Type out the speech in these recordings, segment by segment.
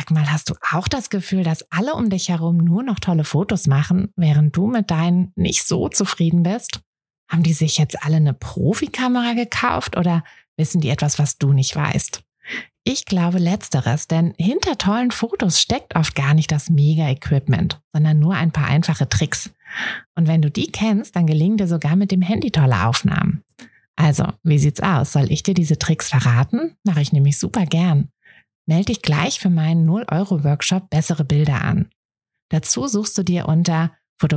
Sag mal, hast du auch das Gefühl, dass alle um dich herum nur noch tolle Fotos machen, während du mit deinen nicht so zufrieden bist? Haben die sich jetzt alle eine Profikamera gekauft oder wissen die etwas, was du nicht weißt? Ich glaube Letzteres, denn hinter tollen Fotos steckt oft gar nicht das Mega-Equipment, sondern nur ein paar einfache Tricks. Und wenn du die kennst, dann gelingen dir sogar mit dem Handy tolle Aufnahmen. Also, wie sieht's aus? Soll ich dir diese Tricks verraten? Mache ich nämlich super gern. Melde dich gleich für meinen 0-Euro-Workshop Bessere Bilder an. Dazu suchst du dir unter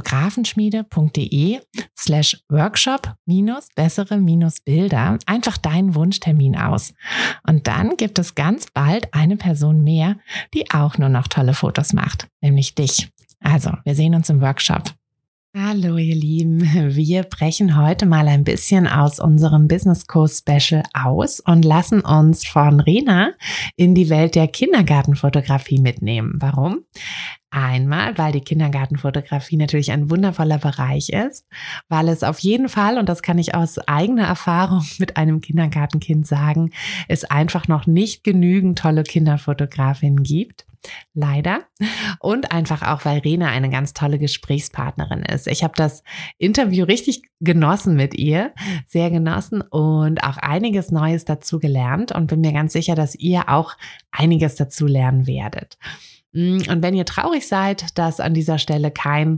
fotografenschmiede.de/workshop-bessere-bilder einfach deinen Wunschtermin aus. Und dann gibt es ganz bald eine Person mehr, die auch nur noch tolle Fotos macht, nämlich dich. Also, wir sehen uns im Workshop. Hallo ihr Lieben, wir brechen heute mal ein bisschen aus unserem Business-Kurs-Special aus und lassen uns von Rena in die Welt der Kindergartenfotografie mitnehmen. Warum? Einmal, weil die Kindergartenfotografie natürlich ein wundervoller Bereich ist, weil es auf jeden Fall, und das kann ich aus eigener Erfahrung mit einem Kindergartenkind sagen, es einfach noch nicht genügend tolle Kinderfotografinnen gibt. Leider. Und einfach auch, weil Rena eine ganz tolle Gesprächspartnerin ist. Ich habe das Interview richtig genossen mit ihr, sehr genossen und auch einiges Neues dazu gelernt und bin mir ganz sicher, dass ihr auch einiges dazu lernen werdet. Und wenn ihr traurig seid, dass an dieser Stelle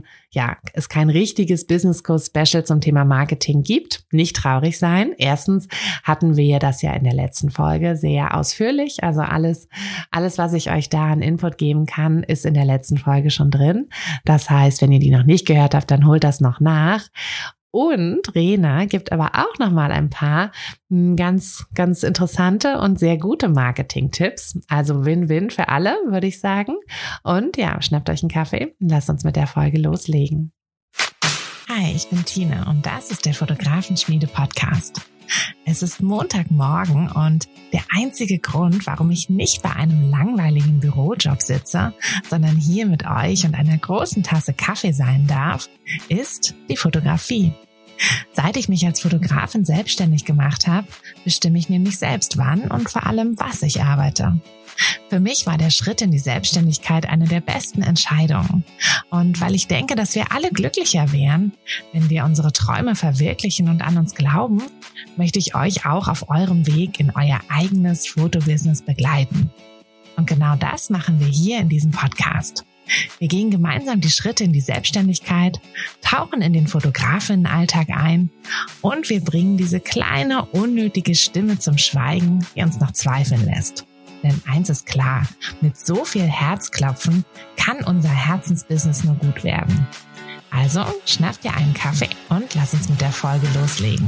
es kein richtiges Business-Kurs-Special zum Thema Marketing gibt, nicht traurig sein. Erstens hatten wir das ja in der letzten Folge sehr ausführlich. Also alles, was ich euch da an Input geben kann, ist in der letzten Folge schon drin. Das heißt, wenn ihr die noch nicht gehört habt, dann holt das noch nach. Und Rena gibt aber auch nochmal ein paar ganz, ganz interessante und sehr gute Marketing-Tipps. Also Win-Win für alle, würde ich sagen. Und ja, schnappt euch einen Kaffee und lasst uns mit der Folge loslegen. Hi, ich bin Tine und das ist der Fotografenschmiede-Podcast. Es ist Montagmorgen und der einzige Grund, warum ich nicht bei einem langweiligen Bürojob sitze, sondern hier mit euch und einer großen Tasse Kaffee sein darf, ist die Fotografie. Seit ich mich als Fotografin selbstständig gemacht habe, bestimme ich nämlich selbst wann und vor allem was ich arbeite. Für mich war der Schritt in die Selbstständigkeit eine der besten Entscheidungen. Und weil ich denke, dass wir alle glücklicher wären, wenn wir unsere Träume verwirklichen und an uns glauben, möchte ich euch auch auf eurem Weg in euer eigenes Fotobusiness begleiten. Und genau das machen wir hier in diesem Podcast. Wir gehen gemeinsam die Schritte in die Selbstständigkeit, tauchen in den Fotografinnenalltag ein und wir bringen diese kleine, unnötige Stimme zum Schweigen, die uns noch zweifeln lässt. Denn eins ist klar, mit so viel Herzklopfen kann unser Herzensbusiness nur gut werden. Also schnapp dir einen Kaffee und lass uns mit der Folge loslegen.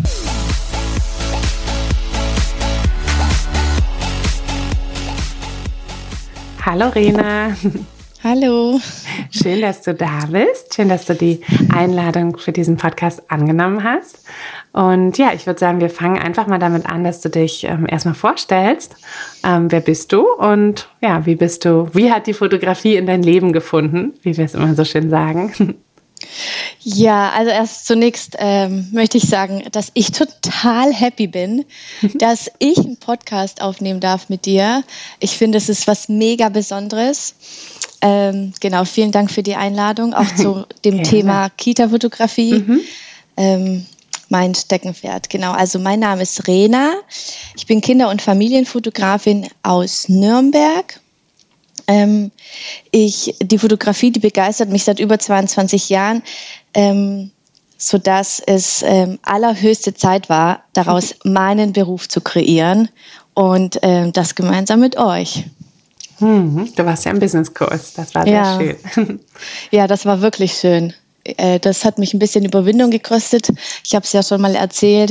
Hallo Rena. Hallo. Schön, dass du da bist. Schön, dass du die Einladung für diesen Podcast angenommen hast. Und ja, ich würde sagen, wir fangen einfach mal damit an, dass du dich erstmal vorstellst. Wer bist du und ja, wie hat die Fotografie in dein Leben gefunden, wie wir es immer so schön sagen? Ja, also erst zunächst möchte ich sagen, dass ich total happy bin, dass ich einen Podcast aufnehmen darf mit dir. Ich finde, es ist was mega Besonderes. Genau, vielen Dank für die Einladung, auch zu dem Thema Kita-Fotografie. Mein Steckenpferd, genau. Also mein Name ist Rena. Ich bin Kinder- und Familienfotografin aus Nürnberg. Die Fotografie, die begeistert mich seit über 22 Jahren, sodass es allerhöchste Zeit war, daraus meinen Beruf zu kreieren und das gemeinsam mit euch. Du warst ja im Businesskurs, das war sehr schön. Ja, das war wirklich schön. Das hat mich ein bisschen Überwindung gekostet. Ich habe es ja schon mal erzählt,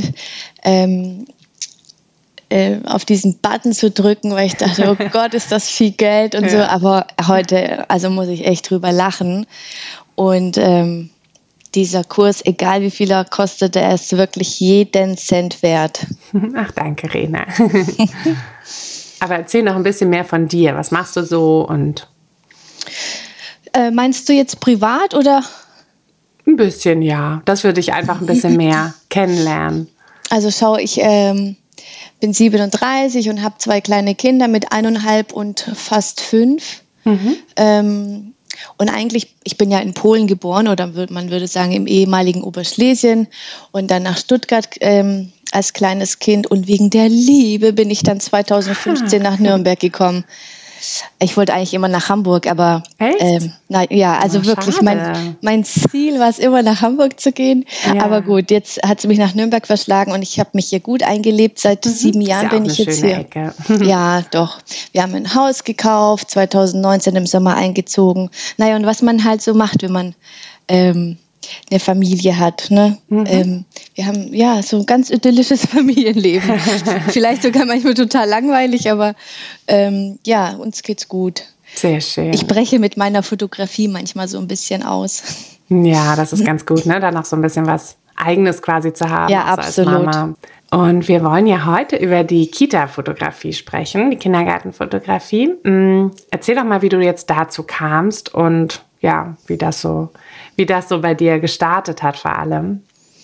auf diesen Button zu drücken, weil ich dachte, oh Gott, ist das viel Geld und so. Aber heute, also muss ich echt drüber lachen. Und dieser Kurs, egal wie viel er kostet, der ist wirklich jeden Cent wert. Ach, danke, Rena. Aber erzähl noch ein bisschen mehr von dir. Was machst du so? Und meinst du jetzt privat oder? Ein bisschen, ja. Das würde ich einfach ein bisschen mehr kennenlernen. Also schau, ich bin 37 und habe 2 kleine Kinder mit 1,5 und fast 5. Und eigentlich, ich bin ja in Polen geboren oder man würde sagen im ehemaligen Oberschlesien und dann nach Stuttgart als kleines Kind und wegen der Liebe bin ich dann 2015 nach Nürnberg gekommen. Ich wollte eigentlich immer nach Hamburg, aber wirklich mein Ziel war es immer nach Hamburg zu gehen. Ja. Aber gut, jetzt hat es mich nach Nürnberg verschlagen und ich habe mich hier gut eingelebt. Seit 7 Jahren bin ich jetzt hier. Ecke. Ja, doch. Wir haben ein Haus gekauft, 2019 im Sommer eingezogen. Naja, und was man halt so macht, wenn man eine Familie hat. Ne? Wir haben ja so ein ganz idyllisches Familienleben. Vielleicht sogar manchmal total langweilig, aber uns geht's gut. Sehr schön. Ich breche mit meiner Fotografie manchmal so ein bisschen aus. Ja, das ist ganz gut, ne? Da noch so ein bisschen was Eigenes quasi zu haben. Ja, absolut. Als Mama. Und wir wollen ja heute über die Kita-Fotografie sprechen, die Kindergartenfotografie. Erzähl doch mal, wie du jetzt dazu kamst und ja, wie das so bei dir gestartet hat vor allem.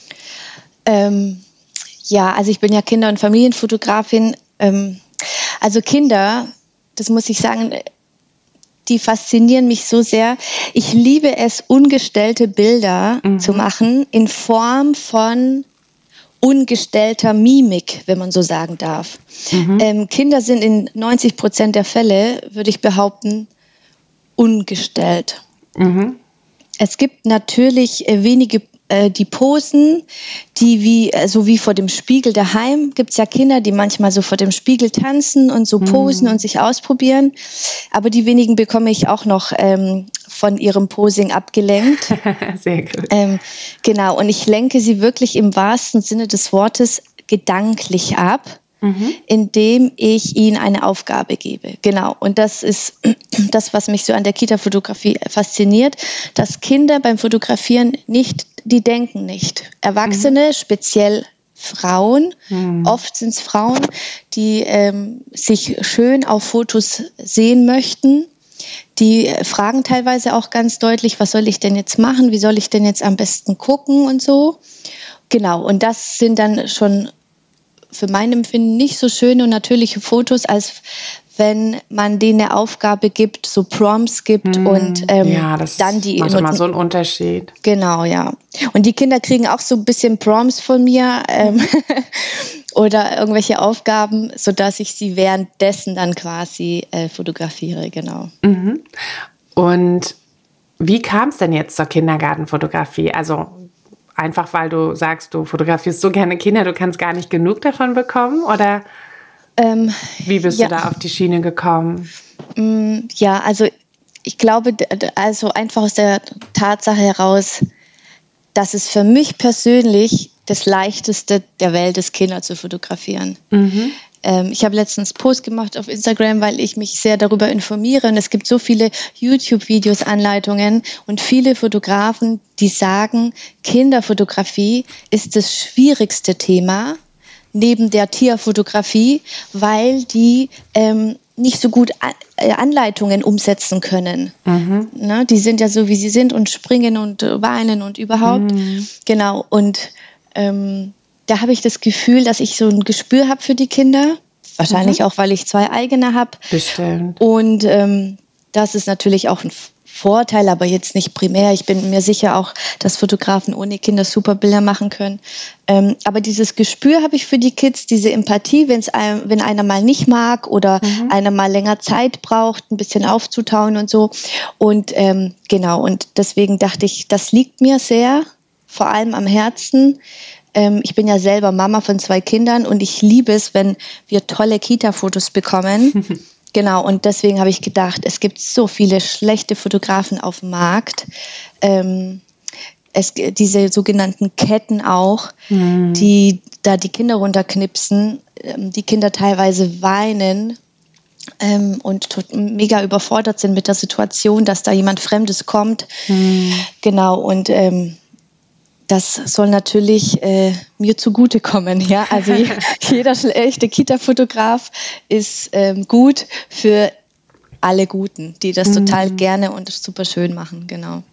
Also ich bin ja Kinder- und Familienfotografin. Also Kinder, das muss ich sagen, die faszinieren mich so sehr. Ich liebe es, ungestellte Bilder zu machen in Form von ungestellter Mimik, wenn man so sagen darf. Kinder sind in 90% der Fälle, würde ich behaupten, ungestellt. Es gibt natürlich wenige, die posen, die wie vor dem Spiegel daheim. Gibt es ja Kinder, die manchmal so vor dem Spiegel tanzen und so posen und sich ausprobieren. Aber die wenigen bekomme ich auch noch von ihrem Posing abgelenkt. Sehr gut. Genau, und ich lenke sie wirklich im wahrsten Sinne des Wortes gedanklich ab. Indem ich ihnen eine Aufgabe gebe. Genau. Und das ist das, was mich so an der Kita-Fotografie fasziniert, dass Kinder beim Fotografieren die denken nicht. Erwachsene, speziell Frauen, oft sind es Frauen, die sich schön auf Fotos sehen möchten. Die fragen teilweise auch ganz deutlich, was soll ich denn jetzt machen? Wie soll ich denn jetzt am besten gucken und so? Genau. Und das sind dann schon für mein Empfinden nicht so schöne und natürliche Fotos, als wenn man denen eine Aufgabe gibt, so Prompts gibt und das dann die macht immer so einen Unterschied. Genau, ja. Und die Kinder kriegen auch so ein bisschen Prompts von mir oder irgendwelche Aufgaben, sodass ich sie währenddessen dann quasi fotografiere, genau. Und wie kam es denn jetzt zur Kindergartenfotografie? Also einfach, weil du sagst, du fotografierst so gerne Kinder, du kannst gar nicht genug davon bekommen? Oder wie bist du da auf die Schiene gekommen? Also ich glaube, also einfach aus der Tatsache heraus, dass es für mich persönlich das Leichteste der Welt ist, Kinder zu fotografieren. Ich habe letztens Post gemacht auf Instagram, weil ich mich sehr darüber informiere. Und es gibt so viele YouTube-Videos, Anleitungen und viele Fotografen, die sagen, Kinderfotografie ist das schwierigste Thema neben der Tierfotografie, weil die nicht so gut Anleitungen umsetzen können. Ne? Die sind ja so, wie sie sind und springen und weinen und überhaupt. Genau. Und da habe ich das Gefühl, dass ich so ein Gespür habe für die Kinder. Wahrscheinlich auch, weil ich 2 eigene habe. Bestimmt. Und das ist natürlich auch ein Vorteil, aber jetzt nicht primär. Ich bin mir sicher auch, dass Fotografen ohne Kinder super Bilder machen können. Aber dieses Gespür habe ich für die Kids, diese Empathie, wenn einer mal nicht mag oder einer mal länger Zeit braucht, ein bisschen aufzutauen und so. Und genau, und deswegen dachte ich, das liegt mir sehr, vor allem am Herzen. Ich bin ja selber Mama von 2 Kindern und ich liebe es, wenn wir tolle Kita-Fotos bekommen. Genau, und deswegen habe ich gedacht, es gibt so viele schlechte Fotografen auf dem Markt. Diese sogenannten Ketten auch, die da die Kinder runterknipsen, die Kinder teilweise weinen und mega überfordert sind mit der Situation, dass da jemand Fremdes kommt. Genau, und das soll natürlich mir zugutekommen. Ja? Also jeder schlechte Kita-Fotograf ist gut für alle Guten, die das total gerne und super schön machen. Genau.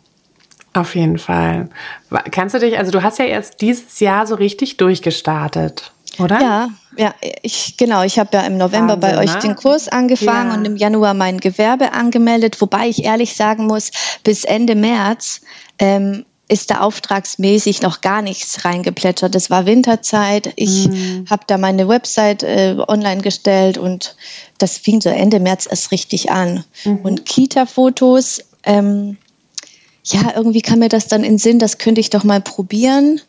Auf jeden Fall. Kannst du dich, also du hast ja erst dieses Jahr so richtig durchgestartet. oder? Ja, ich habe ja im November Wahnsinn, bei euch ne? den Kurs angefangen und im Januar mein Gewerbe angemeldet, wobei ich ehrlich sagen muss, bis Ende März ist da auftragsmäßig noch gar nichts reingeplätschert. Das war Winterzeit. Ich habe da meine Website online gestellt und das fing so Ende März erst richtig an. Und Kita-Fotos, irgendwie kam mir das dann in den Sinn, das könnte ich doch mal probieren.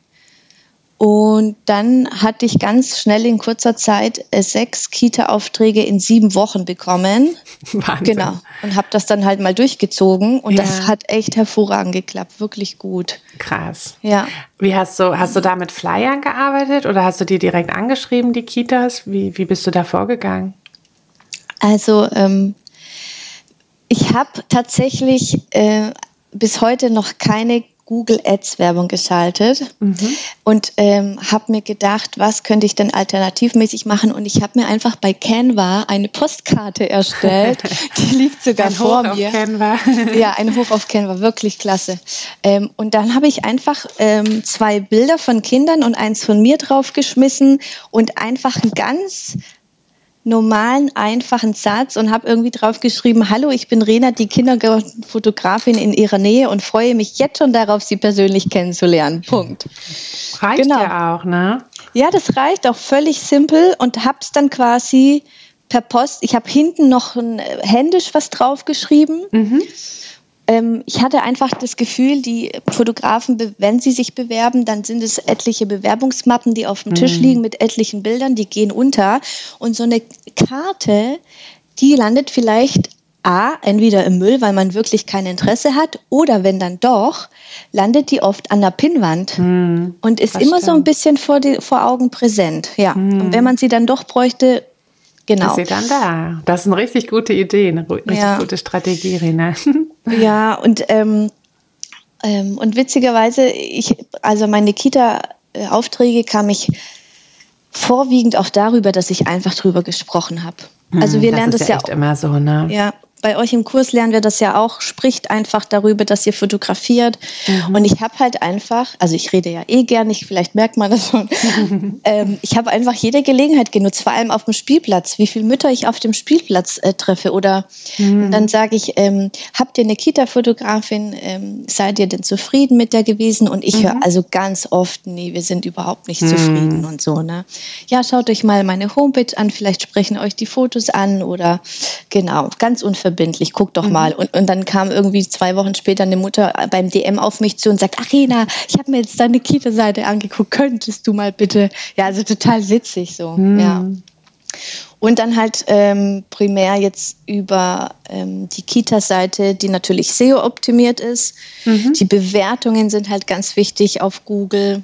Und dann hatte ich ganz schnell in kurzer Zeit 6 Kita-Aufträge in 7 Wochen bekommen. Wahnsinn. Genau. Und habe das dann halt mal durchgezogen. Und das hat echt hervorragend geklappt. Wirklich gut. Krass. Ja. Wie hast du da mit Flyern gearbeitet oder hast du die direkt angeschrieben, die Kitas? Wie bist du da vorgegangen? Also ich habe tatsächlich bis heute noch keine Google Ads Werbung geschaltet und habe mir gedacht, was könnte ich denn alternativmäßig machen, und ich habe mir einfach bei Canva eine Postkarte erstellt, die liegt sogar vor mir. Ein Hoch auf Canva. Ja, ein Hoch auf Canva, wirklich klasse. Und dann habe ich einfach 2 Bilder von Kindern und eins von mir draufgeschmissen und einfach einen ganz normalen, einfachen Satz und habe irgendwie draufgeschrieben: Hallo, ich bin Rena, die Kinderfotografin in Ihrer Nähe, und freue mich jetzt schon darauf, Sie persönlich kennenzulernen. Punkt. Reicht ja auch, ne? Ja, das reicht auch, völlig simpel, und habe es dann quasi per Post, ich habe hinten noch händisch was draufgeschrieben. Ich hatte einfach das Gefühl, die Fotografen, wenn sie sich bewerben, dann sind es etliche Bewerbungsmappen, die auf dem Tisch liegen mit etlichen Bildern, die gehen unter. Und so eine Karte, die landet vielleicht entweder im Müll, weil man wirklich kein Interesse hat, oder wenn dann doch, landet die oft an der Pinnwand und ist immer so ein bisschen vor Augen präsent. Ja. Und wenn man sie dann doch bräuchte, genau. Ist sie dann da? Das ist eine richtig gute Idee, eine richtig gute Strategie, Rena. Ja, und witzigerweise, also meine Kita-Aufträge kam ich vorwiegend auch darüber, dass ich einfach drüber gesprochen habe. Also wir lernen das ja echt immer so, ne? Ja. Bei euch im Kurs lernen wir das ja auch, spricht einfach darüber, dass ihr fotografiert. Und ich habe halt einfach, also ich rede ja gern, vielleicht merkt man das schon, ich habe einfach jede Gelegenheit genutzt, vor allem auf dem Spielplatz, wie viele Mütter ich auf dem Spielplatz treffe. Oder dann sage ich, habt ihr eine Kita-Fotografin, seid ihr denn zufrieden mit der gewesen? Und ich höre also ganz oft, nee, wir sind überhaupt nicht zufrieden und so. Ne? Ja, schaut euch mal meine Homepage an, vielleicht sprechen euch die Fotos an oder genau, ganz unverbindlich. Guck doch mal. Und dann kam irgendwie 2 Wochen später eine Mutter beim DM auf mich zu und sagt: Ach Rena, ich habe mir jetzt deine Kita-Seite angeguckt, könntest du mal bitte? Ja, also total witzig so. Ja. Und dann halt primär jetzt über die Kita-Seite, die natürlich SEO-optimiert ist. Die Bewertungen sind halt ganz wichtig auf Google.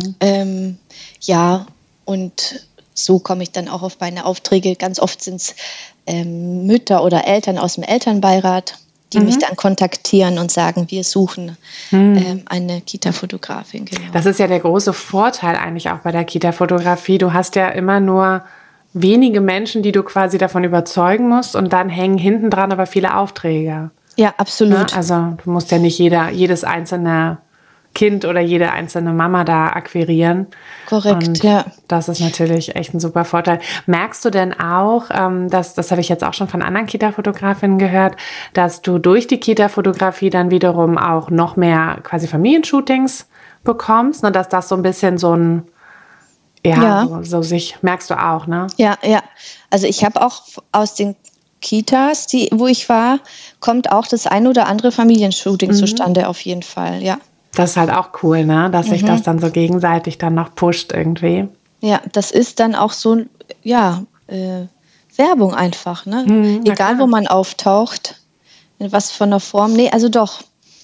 Ja, und so komme ich dann auch auf meine Aufträge. Ganz oft sind es Mütter oder Eltern aus dem Elternbeirat, die mich dann kontaktieren und sagen, wir suchen eine Kita-Fotografin. Genau. Das ist ja der große Vorteil eigentlich auch bei der Kita-Fotografie. Du hast ja immer nur wenige Menschen, die du quasi davon überzeugen musst, und dann hängen hinten dran aber viele Aufträge. Ja, absolut. Ja, also du musst ja nicht jedes einzelne Kind oder jede einzelne Mama da akquirieren. Korrekt, und ja. Das ist natürlich echt ein super Vorteil. Merkst du denn auch, das habe ich jetzt auch schon von anderen Kita-Fotografinnen gehört, dass du durch die Kita-Fotografie dann wiederum auch noch mehr quasi Familienshootings bekommst, ne? Dass das so ein bisschen so ein, so sich, merkst du auch, ne? Ja. Also ich habe auch aus den Kitas, wo ich war, kommt auch das ein oder andere Familienshooting zustande auf jeden Fall, ja. Das ist halt auch cool, ne? Dass sich das dann so gegenseitig dann noch pusht irgendwie. Ja, das ist dann auch so, Werbung einfach, ne? Egal, wo man auftaucht, in was von der Form. Nee, also doch.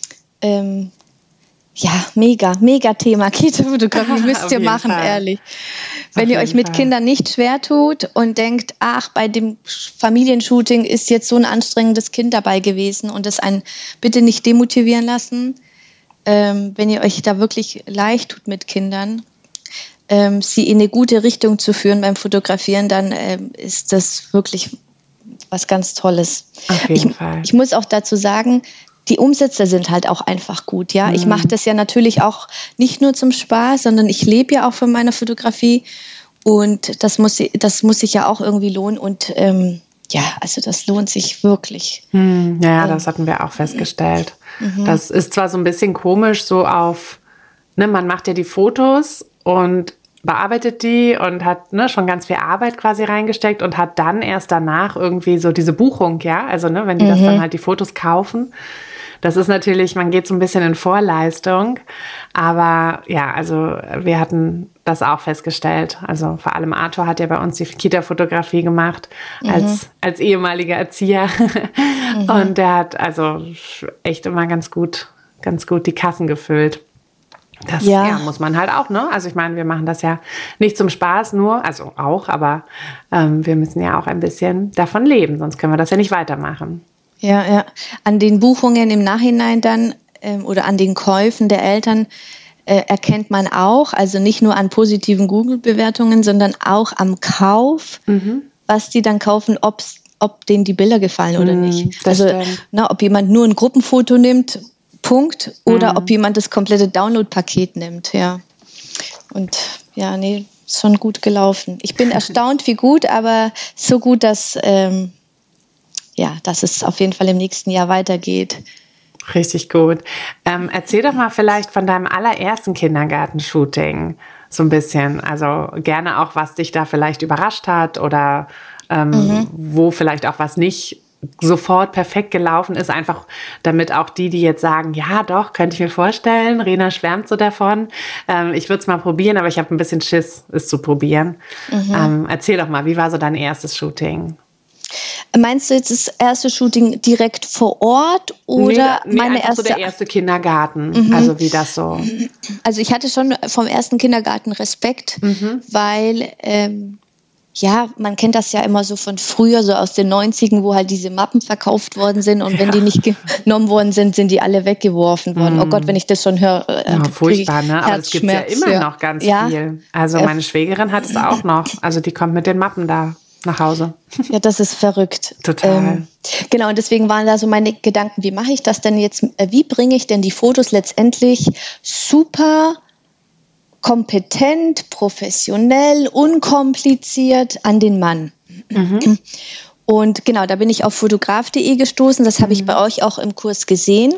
Mega Thema. Kita-Fotografie müsst ihr machen, ehrlich. Wenn ihr euch mit Kindern nicht schwer tut und denkt, ach, bei dem Familienshooting ist jetzt so ein anstrengendes Kind dabei gewesen und es einen bitte nicht demotivieren lassen. Wenn ihr euch da wirklich leicht tut mit Kindern, sie in eine gute Richtung zu führen beim Fotografieren, dann ist das wirklich was ganz Tolles. Auf jeden Fall. Ich muss auch dazu sagen, die Umsätze sind halt auch einfach gut. Ja, ich mache das ja natürlich auch nicht nur zum Spaß, sondern ich lebe ja auch von meiner Fotografie. Und das muss sich ja auch irgendwie lohnen. Und ja, also das lohnt sich wirklich. Ja, das hatten wir auch festgestellt. Das ist zwar so ein bisschen komisch, so auf, ne, man macht ja die Fotos und bearbeitet die und hat schon ganz viel Arbeit quasi reingesteckt und hat dann erst danach irgendwie so diese Buchung, ja, also ne, wenn die das dann halt die Fotos kaufen. Das ist natürlich, man geht so ein bisschen in Vorleistung, aber ja, also wir hatten das auch festgestellt. Also vor allem Arthur hat ja bei uns die Kita-Fotografie gemacht als ehemaliger Erzieher und der hat also echt immer ganz gut die Kassen gefüllt. Das muss man halt auch, ne? Also ich meine, wir machen das ja nicht zum Spaß nur, also auch, aber wir müssen ja auch ein bisschen davon leben, sonst können wir das ja nicht weitermachen. Ja. An den Buchungen im Nachhinein dann oder an den Käufen der Eltern erkennt man auch, also nicht nur an positiven Google-Bewertungen, sondern auch am Kauf, was die dann kaufen, ob denen die Bilder gefallen oder nicht. Also ob jemand nur ein Gruppenfoto nimmt, Punkt, oder ob jemand das komplette Download-Paket nimmt, ja. Und ja, nee, ist schon gut gelaufen. Ich bin erstaunt, wie gut, aber so gut, dass es auf jeden Fall im nächsten Jahr weitergeht. Richtig gut. Erzähl doch mal vielleicht von deinem allerersten Kindergartenshooting so ein bisschen. Also gerne auch, was dich da vielleicht überrascht hat oder wo vielleicht auch was nicht sofort perfekt gelaufen ist, einfach damit auch die jetzt sagen, ja doch, könnte ich mir vorstellen, Rena schwärmt so davon, ich würde es mal probieren, aber ich habe ein bisschen Schiss, es zu probieren. Erzähl doch mal, wie war so dein erstes Shooting? Meinst du jetzt das erste Shooting direkt vor Ort oder meine erste? So der erste Kindergarten, also wie das so. Also ich hatte schon vom ersten Kindergarten Respekt, weil man kennt das ja immer so von früher, so aus den 90ern, wo halt diese Mappen verkauft worden sind und wenn die nicht genommen worden sind, sind die alle weggeworfen worden. Oh Gott, wenn ich das schon höre. Furchtbar, ne? Aber es gibt ja immer noch ganz viel. Also meine Schwägerin hat es auch noch. Also die kommt mit den Mappen da nach Hause. Ja, das ist verrückt. Total. Genau, und deswegen waren da so meine Gedanken, wie mache ich das denn jetzt, wie bringe ich denn die Fotos letztendlich super kompetent, professionell, unkompliziert an den Mann. Und genau, da bin ich auf fotograf.de gestoßen, das habe ich bei euch auch im Kurs gesehen.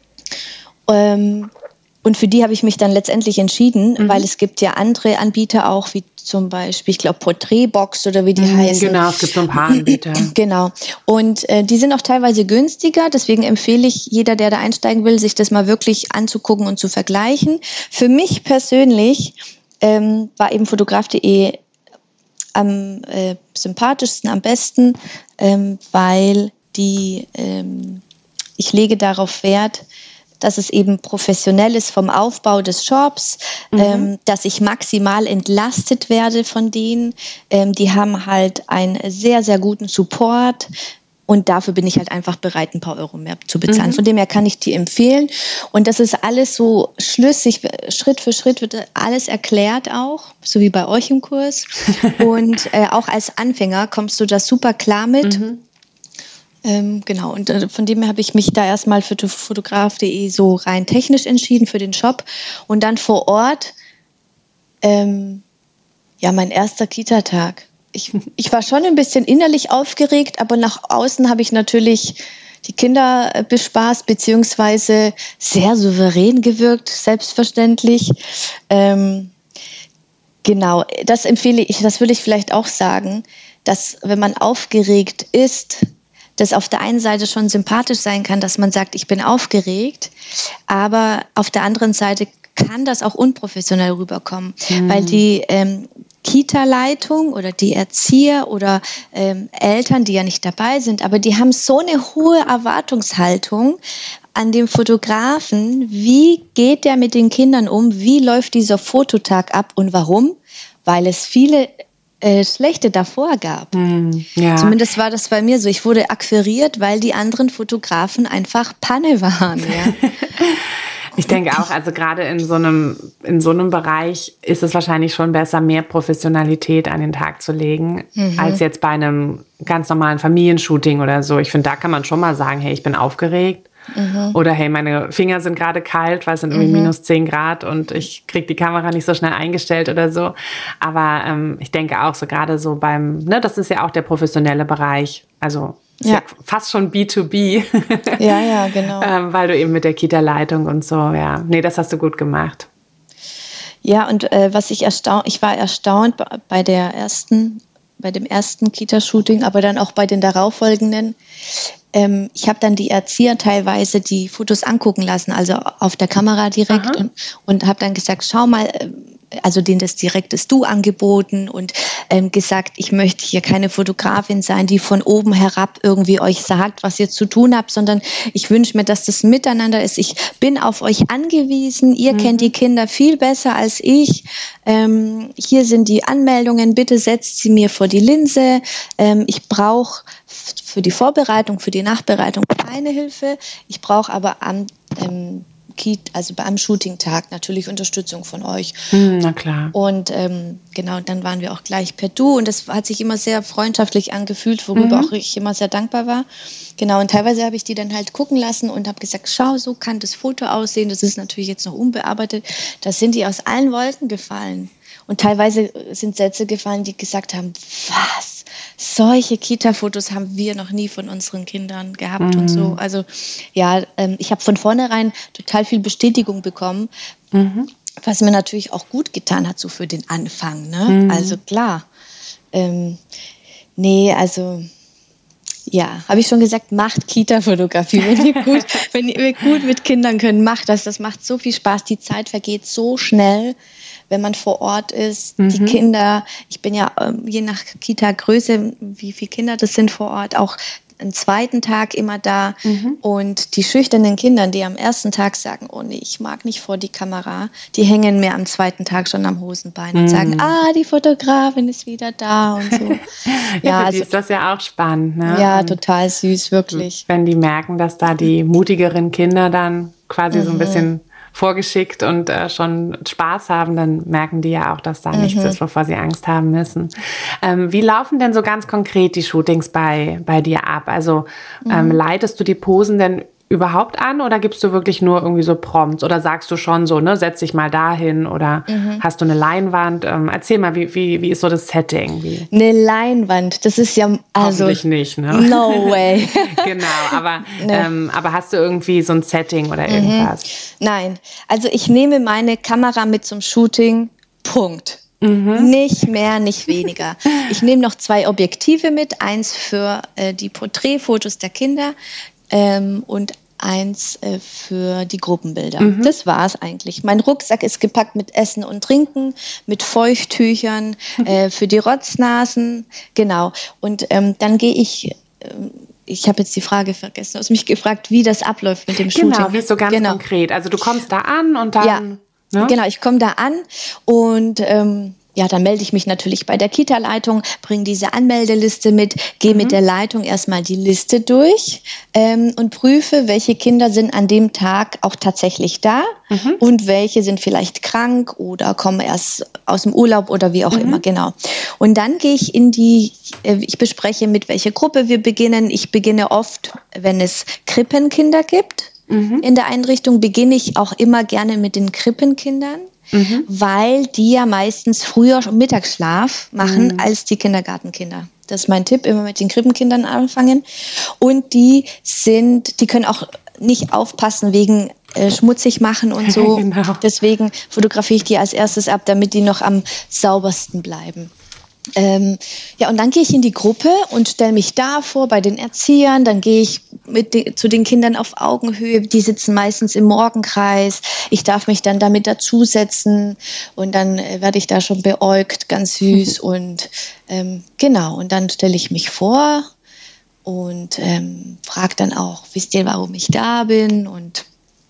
Und für die habe ich mich dann letztendlich entschieden, weil es gibt ja andere Anbieter auch, wie zum Beispiel, ich glaube, Porträtbox oder wie die heißen. Genau, es gibt so ein paar Anbieter. Genau. Und die sind auch teilweise günstiger. Deswegen empfehle ich jeder, der da einsteigen will, sich das mal wirklich anzugucken und zu vergleichen. Für mich persönlich war eben fotograf.de am sympathischsten, am besten, weil ich lege darauf Wert, dass es eben professionell ist vom Aufbau des Shops, dass ich maximal entlastet werde von denen. Die haben halt einen sehr, sehr guten Support und dafür bin ich halt einfach bereit, ein paar Euro mehr zu bezahlen. Von dem her kann ich die empfehlen. Und das ist alles so schlüssig, Schritt für Schritt wird alles erklärt auch, so wie bei euch im Kurs. Und auch als Anfänger kommst du da super klar mit. Genau, und von dem her habe ich mich da erstmal für fotograf.de so rein technisch entschieden für den Shop und dann vor Ort, mein erster Kita-Tag. Ich war schon ein bisschen innerlich aufgeregt, aber nach außen habe ich natürlich die Kinder bespaßt, beziehungsweise sehr souverän gewirkt, selbstverständlich. Genau, das empfehle ich, das will ich vielleicht auch sagen, dass wenn man aufgeregt ist, das auf der einen Seite schon sympathisch sein kann, dass man sagt, ich bin aufgeregt, aber auf der anderen Seite kann das auch unprofessionell rüberkommen, weil die Kita-Leitung oder die Erzieher oder Eltern, die ja nicht dabei sind, aber die haben so eine hohe Erwartungshaltung an dem Fotografen, wie geht der mit den Kindern um, wie läuft dieser Fototag ab und warum? Weil es viele schlechte davor gab. Ja. Zumindest war das bei mir so. Ich wurde akquiriert, weil die anderen Fotografen einfach Panne waren. Ja. Ich denke auch, also gerade in so einem Bereich ist es wahrscheinlich schon besser, mehr Professionalität an den Tag zu legen, als jetzt bei einem ganz normalen Familienshooting oder so. Ich finde, da kann man schon mal sagen, hey, ich bin aufgeregt. Oder hey, meine Finger sind gerade kalt, weil es sind irgendwie minus 10 Grad und ich kriege die Kamera nicht so schnell eingestellt oder so. Aber ich denke auch so gerade so beim, ne, das ist ja auch der professionelle Bereich, also ist ja fast schon B2B. Ja, genau. Weil du eben mit der Kita-Leitung und so, ja. Nee, das hast du gut gemacht. Ja, und ich war erstaunt bei dem ersten Kita-Shooting, aber dann auch bei den darauffolgenden. Ich habe dann die Erzieher teilweise die Fotos angucken lassen, also auf der Kamera direkt und habe dann gesagt, schau mal, also denen das direktes Du angeboten und gesagt, ich möchte hier keine Fotografin sein, die von oben herab irgendwie euch sagt, was ihr zu tun habt, sondern ich wünsche mir, dass das miteinander ist. Ich bin auf euch angewiesen, ihr kennt die Kinder viel besser als ich. Hier sind die Anmeldungen, bitte setzt sie mir vor die Linse. Ich brauche für die Vorbereitung, für die Nachbereitung keine Hilfe. Ich brauche aber am Shooting-Tag natürlich Unterstützung von euch. Na klar. Und genau, dann waren wir auch gleich per Du und das hat sich immer sehr freundschaftlich angefühlt, worüber auch ich immer sehr dankbar war. Genau, und teilweise habe ich die dann halt gucken lassen und habe gesagt, schau, so kann das Foto aussehen. Das ist natürlich jetzt noch unbearbeitet. Da sind die aus allen Wolken gefallen. Und teilweise sind Sätze gefallen, die gesagt haben, was? Solche Kita-Fotos haben wir noch nie von unseren Kindern gehabt und so. Also ja, ich habe von vornherein total viel Bestätigung bekommen, was mir natürlich auch gut getan hat, so für den Anfang. Ne? Also klar. Ja, habe ich schon gesagt, macht Kita-Fotografie. Wenn ihr gut mit Kindern könnt, macht das. Das macht so viel Spaß. Die Zeit vergeht so schnell, wenn man vor Ort ist. Die Kinder, ich bin ja je nach Kita-Größe, wie viele Kinder das sind vor Ort, auch einen zweiten Tag immer da. Und die schüchternen Kinder, die am ersten Tag sagen, oh nee, ich mag nicht vor die Kamera, die hängen mir am zweiten Tag schon am Hosenbein und sagen, die Fotografin ist wieder da und so. Ja, für die ist das ja auch spannend. Ne? Ja, und total süß, wirklich. Wenn die merken, dass da die mutigeren Kinder dann quasi so ein bisschen vorgeschickt und schon Spaß haben, dann merken die ja auch, dass da nichts ist, wovor sie Angst haben müssen. Wie laufen denn so ganz konkret die Shootings bei dir ab? Also leitest du die Posen denn überhaupt an oder gibst du wirklich nur irgendwie so Prompts oder sagst du schon so, ne, setz dich mal dahin oder hast du eine Leinwand? Erzähl mal, wie ist so das Setting? Eine Leinwand, das ist ja... Also, hoffentlich nicht, ne? No way. Genau, aber hast du irgendwie so ein Setting oder irgendwas? Nein, also ich nehme meine Kamera mit zum Shooting, Punkt. Nicht mehr, nicht weniger. Ich nehme noch 2 Objektive mit, eins für die Porträtfotos der Kinder, und eins für die Gruppenbilder. Das war's eigentlich. Mein Rucksack ist gepackt mit Essen und Trinken, mit Feuchttüchern, für die Rotznasen, genau. Und dann gehe ich habe jetzt die Frage vergessen, du hast mich gefragt, wie das abläuft mit dem Shooting. Genau, wie ist so ganz konkret. Also du kommst da an und dann... Ja, ne? Genau, ich komme da an und dann melde ich mich natürlich bei der Kita-Leitung, bringe diese Anmeldeliste mit, gehe mit der Leitung erstmal die Liste durch und prüfe, welche Kinder sind an dem Tag auch tatsächlich da und welche sind vielleicht krank oder kommen erst aus dem Urlaub oder wie auch immer, genau. Und dann gehe ich ich bespreche, mit welcher Gruppe wir beginnen. Ich beginne oft, wenn es Krippenkinder gibt. In der Einrichtung beginne ich auch immer gerne mit den Krippenkindern, weil die ja meistens früher Mittagsschlaf machen als die Kindergartenkinder. Das ist mein Tipp, immer mit den Krippenkindern anfangen. Und die können auch nicht aufpassen wegen schmutzig machen und so. Genau. Deswegen fotografiere ich die als erstes ab, damit die noch am saubersten bleiben. Und dann gehe ich in die Gruppe und stelle mich da vor bei den Erziehern. Dann gehe ich zu den Kindern auf Augenhöhe. Die sitzen meistens im Morgenkreis. Ich darf mich dann damit dazusetzen und dann werde ich da schon beäugt, ganz süß. Und genau, und dann stelle ich mich vor und frage dann auch, wisst ihr, warum ich da bin? Und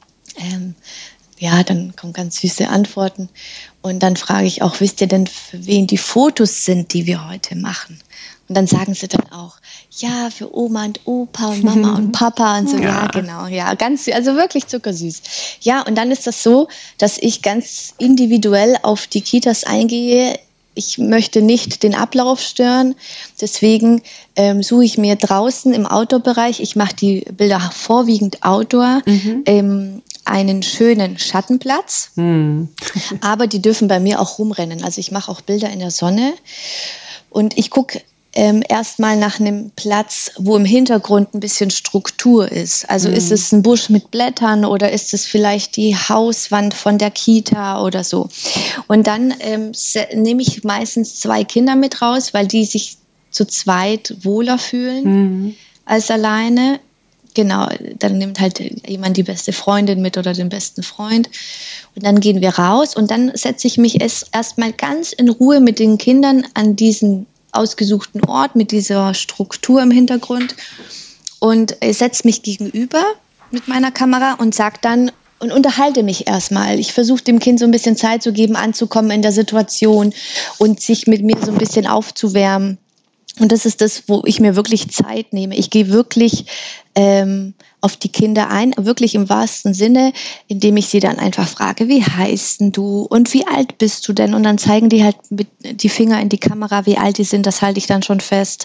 dann kommen ganz süße Antworten. Und dann frage ich auch, wisst ihr denn, für wen die Fotos sind, die wir heute machen? Und dann sagen sie dann auch, ja, für Oma und Opa und Mama und Papa und so. Ja, genau, ja, ganz, also wirklich zuckersüß. Ja, und dann ist das so, dass ich ganz individuell auf die Kitas eingehe, ich möchte nicht den Ablauf stören. Deswegen suche ich mir draußen im Outdoor-Bereich, ich mache die Bilder vorwiegend Outdoor, einen schönen Schattenplatz. Aber die dürfen bei mir auch rumrennen. Also ich mache auch Bilder in der Sonne. Und ich gucke erstmal nach einem Platz, wo im Hintergrund ein bisschen Struktur ist. Also ist es ein Busch mit Blättern oder ist es vielleicht die Hauswand von der Kita oder so. Und dann nehme ich meistens 2 Kinder mit raus, weil die sich zu zweit wohler fühlen als alleine. Genau, dann nimmt halt jemand die beste Freundin mit oder den besten Freund. Und dann gehen wir raus und dann setze ich mich erstmal ganz in Ruhe mit den Kindern an diesen ausgesuchten Ort mit dieser Struktur im Hintergrund und setze mich gegenüber mit meiner Kamera und sage dann und unterhalte mich erstmal. Ich versuche dem Kind so ein bisschen Zeit zu geben, anzukommen in der Situation und sich mit mir so ein bisschen aufzuwärmen. Und das ist das, wo ich mir wirklich Zeit nehme. Ich gehe wirklich auf die Kinder ein, wirklich im wahrsten Sinne, indem ich sie dann einfach frage, wie heißt denn du und wie alt bist du denn? Und dann zeigen die halt mit die Finger in die Kamera, wie alt die sind, das halte ich dann schon fest.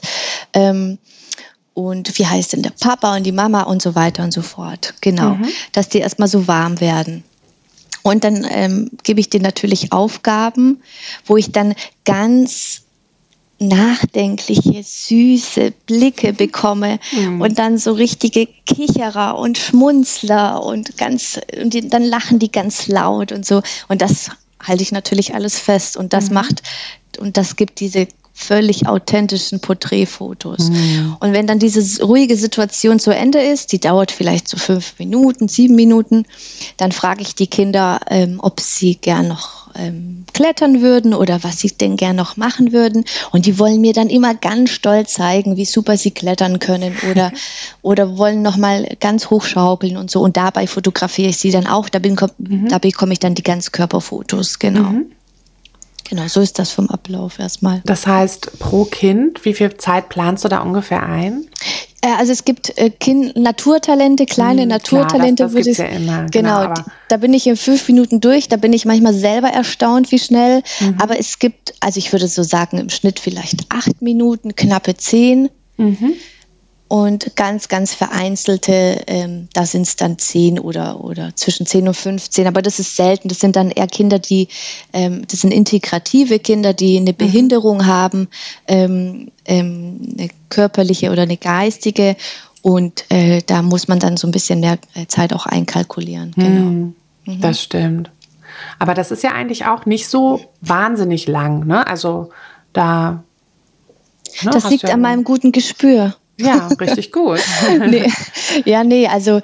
Und wie heißt denn der Papa und die Mama und so weiter und so fort. Genau, dass die erstmal so warm werden. Und dann gebe ich denen natürlich Aufgaben, wo ich dann ganz nachdenkliche, süße Blicke bekomme und dann so richtige Kicherer und Schmunzler und dann lachen die ganz laut und so. Und das halte ich natürlich alles fest und das das gibt diese völlig authentischen Porträtfotos. Und wenn dann diese ruhige Situation zu Ende ist, die dauert vielleicht so 5 Minuten, 7 Minuten, dann frage ich die Kinder, ob sie gern noch klettern würden oder was sie denn gern noch machen würden. Und die wollen mir dann immer ganz stolz zeigen, wie super sie klettern können oder wollen noch mal ganz hoch schaukeln und so. Und dabei fotografiere ich sie dann auch. Da bekomme ich dann die Ganzkörperfotos, genau. Genau, so ist das vom Ablauf erstmal. Das heißt, pro Kind, wie viel Zeit planst du da ungefähr ein? Also es gibt Naturtalente, kleine Naturtalente. Klar, das gibt's ja immer. Genau, da bin ich in 5 Minuten durch. Da bin ich manchmal selber erstaunt, wie schnell. Aber es gibt, also ich würde so sagen, im Schnitt vielleicht 8 Minuten, knappe 10. Und ganz, ganz vereinzelte, da sind es dann 10 oder zwischen 10 und 15. Aber das ist selten. Das sind dann eher Kinder, das sind integrative Kinder, die eine Behinderung haben, eine körperliche oder eine geistige. Und da muss man dann so ein bisschen mehr Zeit auch einkalkulieren. Genau. Das stimmt. Aber das ist ja eigentlich auch nicht so wahnsinnig lang, ne? Also da... Ne, das liegt an meinem guten Gespür. Ja, richtig gut. Also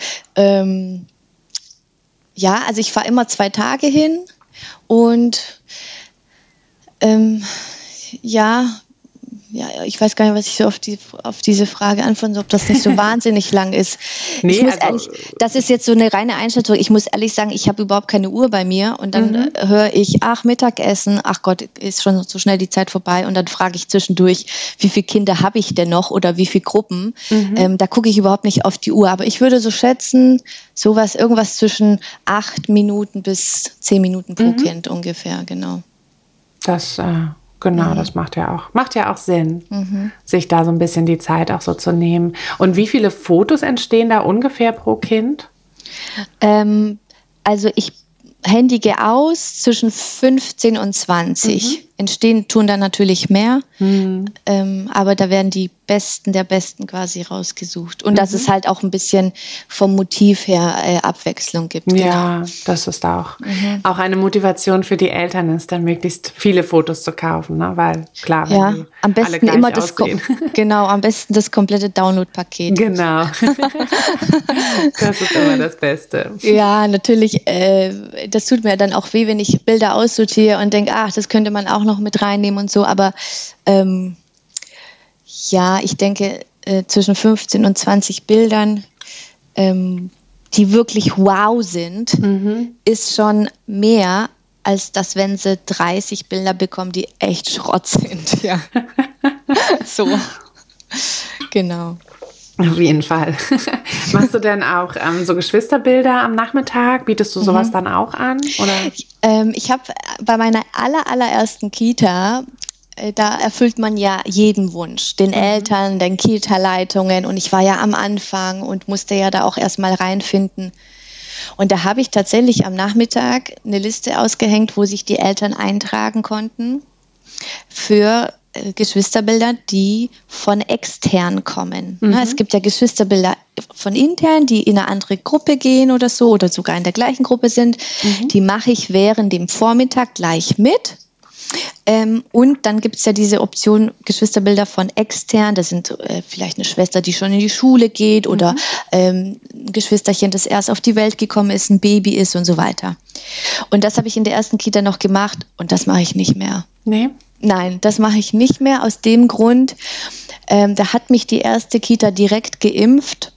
also ich fahre immer 2 Tage hin und ich weiß gar nicht, was ich so auf diese Frage antworten soll, ob das nicht so wahnsinnig lang ist. Das ist jetzt so eine reine Einschätzung. Ich muss ehrlich sagen, ich habe überhaupt keine Uhr bei mir und dann höre ich, Mittagessen, ach Gott, ist schon so schnell die Zeit vorbei und dann frage ich zwischendurch, wie viele Kinder habe ich denn noch oder wie viele Gruppen? Da gucke ich überhaupt nicht auf die Uhr, aber ich würde so schätzen, irgendwas zwischen 8 Minuten bis 10 Minuten pro Kind ungefähr, genau. Das das macht ja auch Sinn, sich da so ein bisschen die Zeit auch so zu nehmen. Und wie viele Fotos entstehen da ungefähr pro Kind? Also ich händige aus zwischen 15 und 20. Entstehen tun dann natürlich mehr, aber da werden die Besten der Besten quasi rausgesucht. Und dass es halt auch ein bisschen vom Motiv her Abwechslung gibt. Ja, genau. Das ist auch eine Motivation für die Eltern ist, dann möglichst viele Fotos zu kaufen, ne? Weil klar, wenn die am besten alle gleich immer aussehen. am besten das komplette Download-Paket. Genau. Das ist immer das Beste. Ja, natürlich. Das tut mir dann auch weh, wenn ich Bilder aussortiere und denke, das könnte man auch noch mit reinnehmen und so. Aber ich denke, zwischen 15 und 20 Bildern, die wirklich wow sind, ist schon mehr, als dass, wenn sie 30 Bilder bekommen, die echt Schrott sind. Ja. So. Genau. Auf jeden Fall. Machst du denn auch so Geschwisterbilder am Nachmittag? Bietest du sowas dann auch an? Oder? Ich habe bei meiner allerersten Kita, da erfüllt man ja jeden Wunsch, den Eltern, den Kita-Leitungen, und ich war ja am Anfang und musste ja da auch erstmal reinfinden. Und da habe ich tatsächlich am Nachmittag eine Liste ausgehängt, wo sich die Eltern eintragen konnten für Geschwisterbilder, die von extern kommen. Es gibt ja Geschwisterbilder von intern, die in eine andere Gruppe gehen oder so oder sogar in der gleichen Gruppe sind. Die mache ich während dem Vormittag gleich mit. Und dann gibt es ja diese Option Geschwisterbilder von extern. Das sind vielleicht eine Schwester, die schon in die Schule geht oder ein Geschwisterchen, das erst auf die Welt gekommen ist, ein Baby ist und so weiter. Und das habe ich in der ersten Kita noch gemacht und das mache ich nicht mehr. Nee? Nein, das mache ich nicht mehr aus dem Grund, da hat mich die erste Kita direkt geimpft.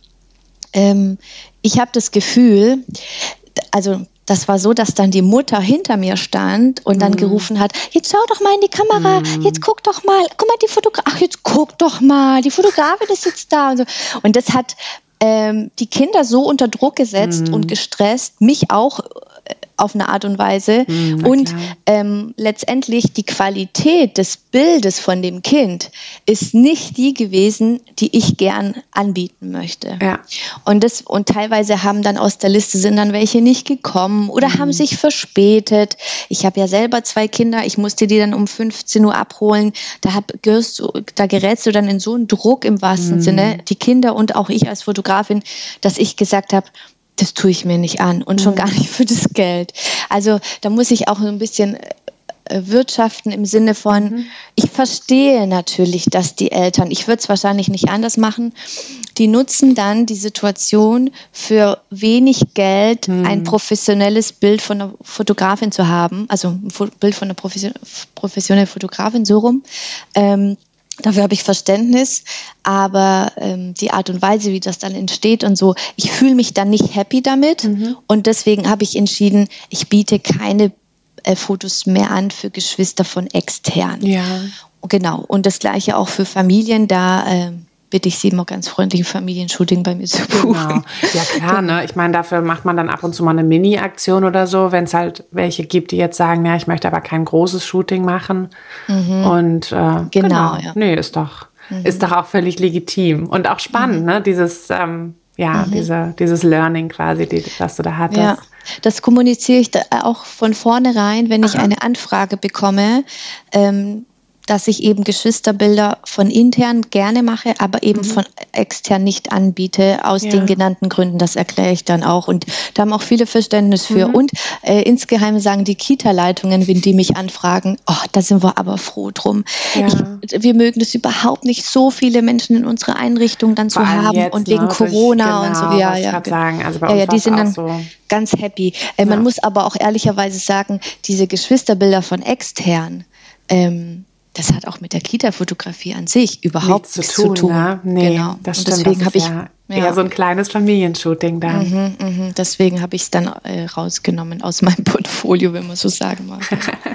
Ich habe das Gefühl, also das war so, dass dann die Mutter hinter mir stand und dann gerufen hat, jetzt schau doch mal in die Kamera, jetzt guck doch mal, guck mal jetzt guck doch mal, die Fotografin ist jetzt da. Und so. Und das hat die Kinder so unter Druck gesetzt und gestresst, mich auch auf eine Art und Weise. Und letztendlich die Qualität des Bildes von dem Kind ist nicht die gewesen, die ich gern anbieten möchte. Ja. Und teilweise haben dann aus der Liste sind dann welche nicht gekommen oder haben sich verspätet. Ich habe ja selber 2 Kinder, ich musste die dann um 15 Uhr abholen. Da gerätst du dann in so einen Druck im wahrsten Sinne, die Kinder und auch ich als Fotografin, dass ich gesagt habe, das tue ich mir nicht an und schon gar nicht für das Geld. Also da muss ich auch so ein bisschen wirtschaften im Sinne von, ich verstehe natürlich, dass die Eltern, ich würde es wahrscheinlich nicht anders machen, die nutzen dann die Situation für wenig Geld ein professionelles Bild von einer Fotografin zu haben, also ein Bild von einer professionellen Fotografin, so rum. Dafür habe ich Verständnis, aber die Art und Weise, wie das dann entsteht und so, ich fühle mich dann nicht happy damit und deswegen habe ich entschieden, ich biete keine Fotos mehr an für Geschwister von extern. Ja. Genau, und das Gleiche auch für Familien, da bitte ich Sie immer ganz freundlich, Familienshooting bei mir zu buchen. Genau. Ja klar, ne? Ich meine, dafür macht man dann ab und zu mal eine Mini-Aktion oder so, wenn es halt welche gibt, die jetzt sagen, ja, ich möchte aber kein großes Shooting machen. Und genau. Ja. Nee, ist doch auch völlig legitim und auch spannend, ne? Dieses dieses Learning quasi, das du da hattest. Ja, das kommuniziere ich da auch von vornherein, wenn ich eine Anfrage bekomme, dass ich eben Geschwisterbilder von intern gerne mache, aber eben von extern nicht anbiete, aus den genannten Gründen. Das erkläre ich dann auch. Und da haben auch viele Verständnis für. Und insgeheim sagen die Kita-Leitungen, wenn die mich anfragen, da sind wir aber froh drum. Ja. Wir mögen es überhaupt nicht, so viele Menschen in unserer Einrichtung dann zu haben jetzt, und wegen Corona und so. Sagen. Also bei uns die sind dann so ganz happy. Man muss aber auch ehrlicherweise sagen, diese Geschwisterbilder von extern, das hat auch mit der Kita-Fotografie an sich überhaupt nichts zu tun. Ne? Nee, genau. Das stimmt. Und deswegen habe ich eher so ein kleines Familienshooting dann. Deswegen habe ich es dann rausgenommen aus meinem Portfolio, wenn man so sagen mag.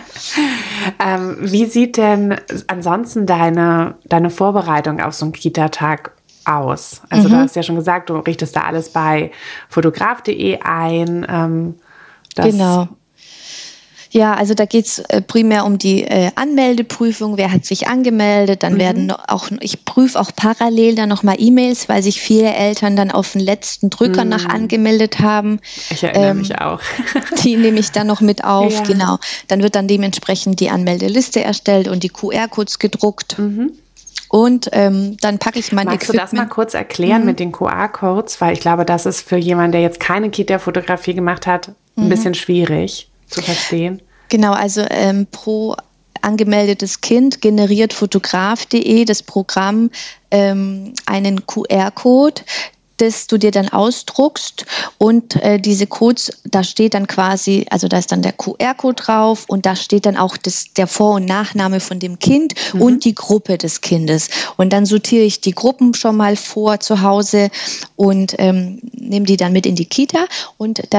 Wie sieht denn ansonsten deine Vorbereitung auf so einen Kita-Tag aus? Also du hast ja schon gesagt, du richtest da alles bei fotograf.de ein. Genau. Ja, also da geht es primär um die Anmeldeprüfung, wer hat sich angemeldet, dann ich prüfe auch parallel dann nochmal E-Mails, weil sich viele Eltern dann auf den letzten Drücker nach angemeldet haben. Ich erinnere mich auch. Die nehme ich dann noch mit auf, genau. Dann wird dann dementsprechend die Anmeldeliste erstellt und die QR-Codes gedruckt. Und dann packe ich mein Equipment. Magst du das mal kurz erklären mit den QR-Codes? Weil ich glaube, das ist für jemanden, der jetzt keine Kita-Fotografie gemacht hat, ein bisschen schwierig zu verstehen. Genau, also pro angemeldetes Kind generiert fotograf.de das Programm einen QR-Code, das du dir dann ausdruckst und diese Codes, da steht dann quasi, also da ist dann der QR-Code drauf und da steht dann auch der Vor- und Nachname von dem Kind und die Gruppe des Kindes. Und dann sortiere ich die Gruppen schon mal vor zu Hause und nehme die dann mit in die Kita und dann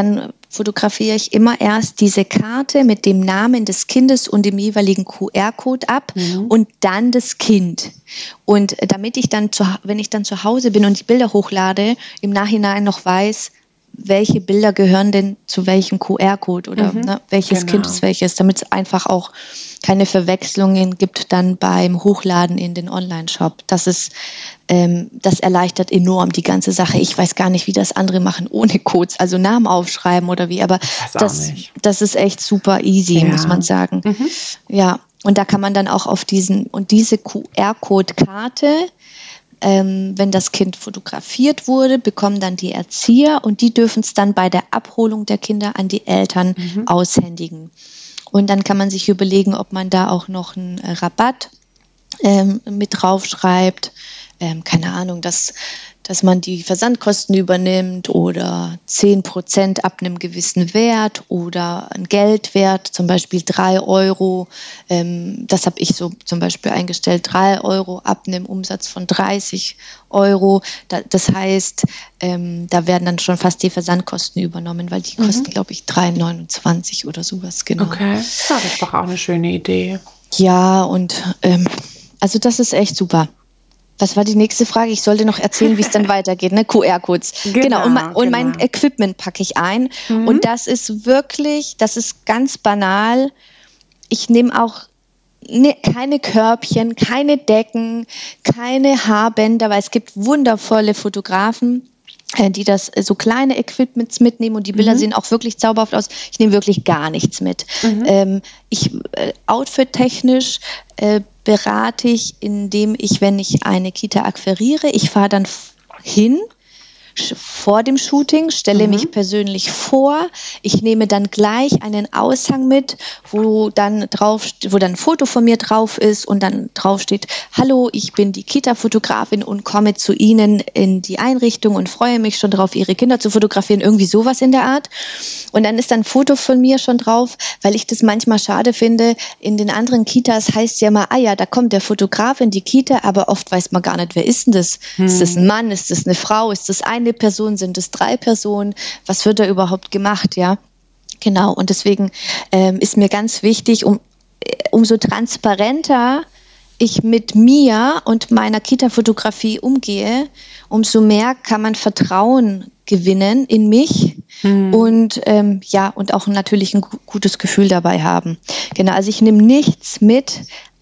fotografiere ich immer erst diese Karte mit dem Namen des Kindes und dem jeweiligen QR-Code ab und dann das Kind. Und damit ich dann, wenn ich dann zu Hause bin und die Bilder hochlade, im Nachhinein noch weiß, welche Bilder gehören denn zu welchem QR-Code oder welches Kind ist welches, damit es einfach auch keine Verwechslungen gibt dann beim Hochladen in den Online-Shop. Das erleichtert enorm die ganze Sache. Ich weiß gar nicht, wie das andere machen ohne Codes, also Namen aufschreiben oder wie, aber das ist echt super easy, muss man sagen. Ja, und da kann man dann auch auf diese QR-Code-Karte, wenn das Kind fotografiert wurde, bekommen dann die Erzieher und die dürfen es dann bei der Abholung der Kinder an die Eltern aushändigen. Und dann kann man sich überlegen, ob man da auch noch einen Rabatt mit draufschreibt. Keine Ahnung, dass man die Versandkosten übernimmt oder 10% ab einem gewissen Wert oder ein Geldwert, zum Beispiel 3 Euro. Das habe ich so zum Beispiel eingestellt, 3 Euro ab einem Umsatz von 30 Euro. Das heißt, da werden dann schon fast die Versandkosten übernommen, weil die kosten, glaube ich, 3,29 oder sowas. Genau. Okay, ja, das ist doch auch eine schöne Idee. Ja, und also das ist echt super. Was war die nächste Frage? Ich sollte noch erzählen, wie es dann weitergeht, ne? QR-Codes. Genau. Und mein Equipment packe ich ein. Und das ist ganz banal. Ich nehme auch keine Körbchen, keine Decken, keine Haarbänder, weil es gibt wundervolle Fotografen, die das so kleine Equipments mitnehmen und die Bilder sehen auch wirklich zauberhaft aus. Ich nehme wirklich gar nichts mit. Outfit-technisch berate ich, indem ich, wenn ich eine Kita akquiriere, ich fahre dann hin vor dem Shooting, stelle mich persönlich vor. Ich nehme dann gleich einen Aushang mit, wo dann ein Foto von mir drauf ist und dann drauf steht: Hallo, ich bin die Kita-Fotografin und komme zu Ihnen in die Einrichtung und freue mich schon darauf, Ihre Kinder zu fotografieren. Irgendwie sowas in der Art. Und dann ist dann ein Foto von mir schon drauf, weil ich das manchmal schade finde. In den anderen Kitas heißt es ja mal, da kommt der Fotograf in die Kita, aber oft weiß man gar nicht, wer ist denn das? Ist das ein Mann? Ist das eine Frau? Ist das eine Person? Sind es 3 Personen? Was wird da überhaupt gemacht? Ja, genau. Und deswegen ist mir ganz wichtig, umso transparenter ich mit mir und meiner Kita-Fotografie umgehe, umso mehr kann man Vertrauen gewinnen in mich und auch natürlich ein gutes Gefühl dabei haben. Genau, also ich nehme nichts mit,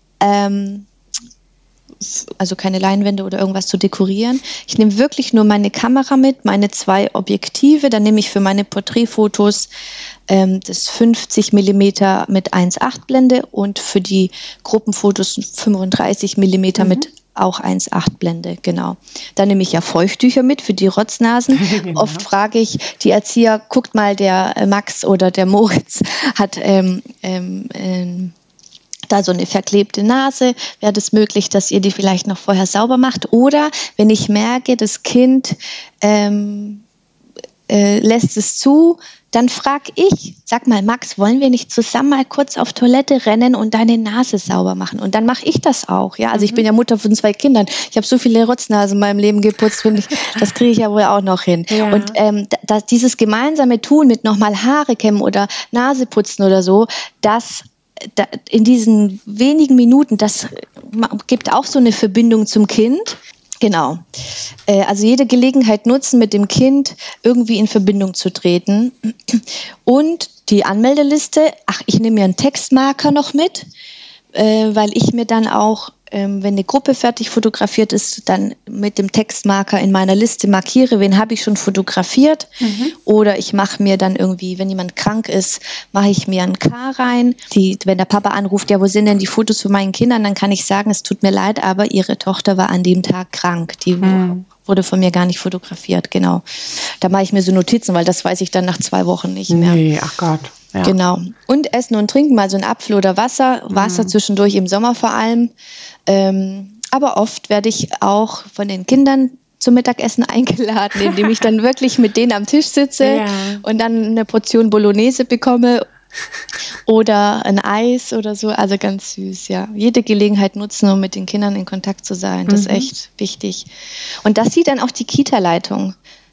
also keine Leinwände oder irgendwas zu dekorieren. Ich nehme wirklich nur meine Kamera mit, meine 2 Objektive. Dann nehme ich für meine Porträtfotos das 50 mm mit 1,8 Blende und für die Gruppenfotos 35 mm mit auch 1,8 Blende, genau. Dann nehme ich ja Feuchttücher mit für die Rotznasen. Genau. Oft frage ich die Erzieher, guckt mal, der Max oder der Moritz hat da so eine verklebte Nase, wäre das möglich, dass ihr die vielleicht noch vorher sauber macht? Oder wenn ich merke, das Kind lässt es zu, dann frage ich, sag mal, Max, wollen wir nicht zusammen mal kurz auf Toilette rennen und deine Nase sauber machen? Und dann mache ich das auch. Ja, also ich bin ja Mutter von 2 Kindern. Ich habe so viele Rotznasen in meinem Leben geputzt, finde ich, das kriege ich ja wohl auch noch hin. Ja. Und dieses gemeinsame Tun mit nochmal Haare kämmen oder Nase putzen oder so, in diesen wenigen Minuten, das gibt auch so eine Verbindung zum Kind. Genau. Also jede Gelegenheit nutzen, mit dem Kind irgendwie in Verbindung zu treten. Und die Anmeldeliste, ich nehme mir einen Textmarker noch mit, weil ich mir dann auch, wenn eine Gruppe fertig fotografiert ist, dann mit dem Textmarker in meiner Liste markiere, wen habe ich schon fotografiert. Oder ich mache mir dann irgendwie, wenn jemand krank ist, mache ich mir ein K rein. Wenn der Papa anruft, ja, wo sind denn die Fotos von meinen Kindern, dann kann ich sagen, es tut mir leid, aber ihre Tochter war an dem Tag krank. Die wurde von mir gar nicht fotografiert, genau. Da mache ich mir so Notizen, weil das weiß ich dann nach 2 Wochen nicht mehr. Nee, ach Gott. Ja. Genau. Und Essen und Trinken, mal so ein Apfel oder Wasser zwischendurch im Sommer vor allem. Aber oft werde ich auch von den Kindern zum Mittagessen eingeladen, indem ich dann wirklich mit denen am Tisch sitze und dann eine Portion Bolognese bekomme oder ein Eis oder so. Also ganz süß, ja. Jede Gelegenheit nutzen, um mit den Kindern in Kontakt zu sein. Das ist echt wichtig. Und das sieht dann auch die Kita-Leitung.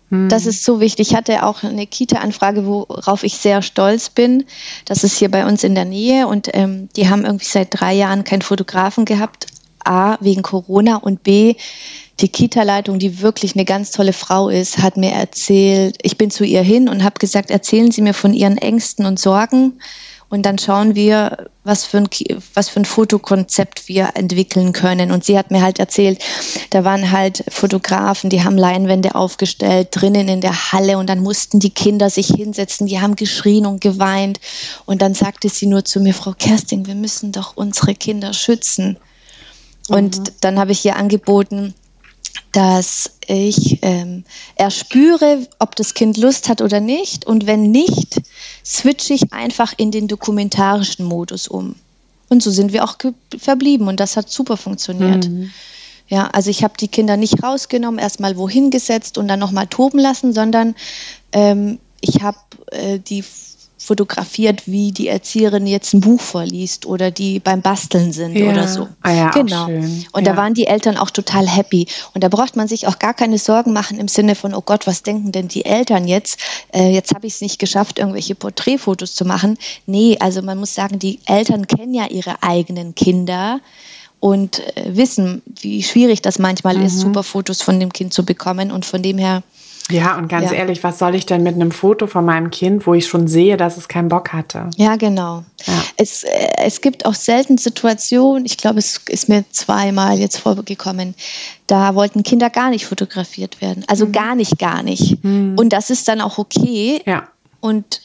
Das ist so wichtig. Ich hatte auch eine Kita-Anfrage, worauf ich sehr stolz bin. Das ist hier bei uns in der Nähe und die haben irgendwie seit 3 Jahren keinen Fotografen gehabt. A, wegen Corona und B, die Kita-Leitung, die wirklich eine ganz tolle Frau ist, hat mir erzählt, ich bin zu ihr hin und habe gesagt, erzählen Sie mir von Ihren Ängsten und Sorgen und dann schauen wir, was für ein Fotokonzept wir entwickeln können. Und sie hat mir halt erzählt, da waren halt Fotografen, die haben Leinwände aufgestellt, drinnen in der Halle und dann mussten die Kinder sich hinsetzen, die haben geschrien und geweint. Und dann sagte sie nur zu mir, Frau Kersting, wir müssen doch unsere Kinder schützen. Und dann habe ich ihr angeboten, dass ich erspüre, ob das Kind Lust hat oder nicht. Und wenn nicht, switche ich einfach in den dokumentarischen Modus um. Und so sind wir auch verblieben. Und das hat super funktioniert. Ja, also ich habe die Kinder nicht rausgenommen, erstmal wohin gesetzt und dann nochmal toben lassen, sondern ich habe die fotografiert, wie die Erzieherin jetzt ein Buch vorliest oder die beim Basteln sind oder so. Ja, genau. Auch schön. Und da waren die Eltern auch total happy. Und da braucht man sich auch gar keine Sorgen machen im Sinne von, oh Gott, was denken denn die Eltern jetzt? Jetzt habe ich es nicht geschafft, irgendwelche Porträtfotos zu machen. Nee, also man muss sagen, die Eltern kennen ja ihre eigenen Kinder und wissen, wie schwierig das manchmal ist, super Fotos von dem Kind zu bekommen. Und von dem her. Ja, und ganz ehrlich, was soll ich denn mit einem Foto von meinem Kind, wo ich schon sehe, dass es keinen Bock hatte? Ja, genau. Ja. Es gibt auch selten Situationen, ich glaube, es ist mir 2-mal jetzt vorgekommen, da wollten Kinder gar nicht fotografiert werden. Also gar nicht. Und das ist dann auch okay. Ja. Und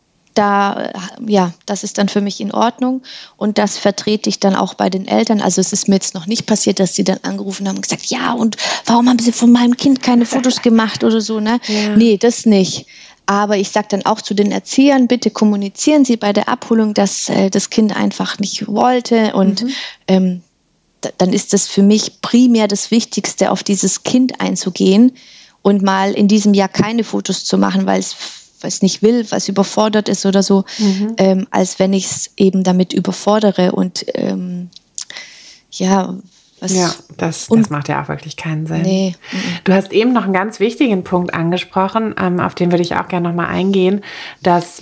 das ist dann für mich in Ordnung und das vertrete ich dann auch bei den Eltern. Also es ist mir jetzt noch nicht passiert, dass sie dann angerufen haben und gesagt, ja, und warum haben sie von meinem Kind keine Fotos gemacht oder so, ne? Ja. Nee, das nicht. Aber ich sage dann auch zu den Erziehern, bitte kommunizieren Sie bei der Abholung, dass das Kind einfach nicht wollte und dann ist das für mich primär das Wichtigste, auf dieses Kind einzugehen und mal in diesem Jahr keine Fotos zu machen, weil es nicht will, was überfordert ist oder so, als wenn ich es eben damit überfordere und das macht ja auch wirklich keinen Sinn. Nee. Du hast eben noch einen ganz wichtigen Punkt angesprochen, auf den würde ich auch gerne nochmal eingehen, dass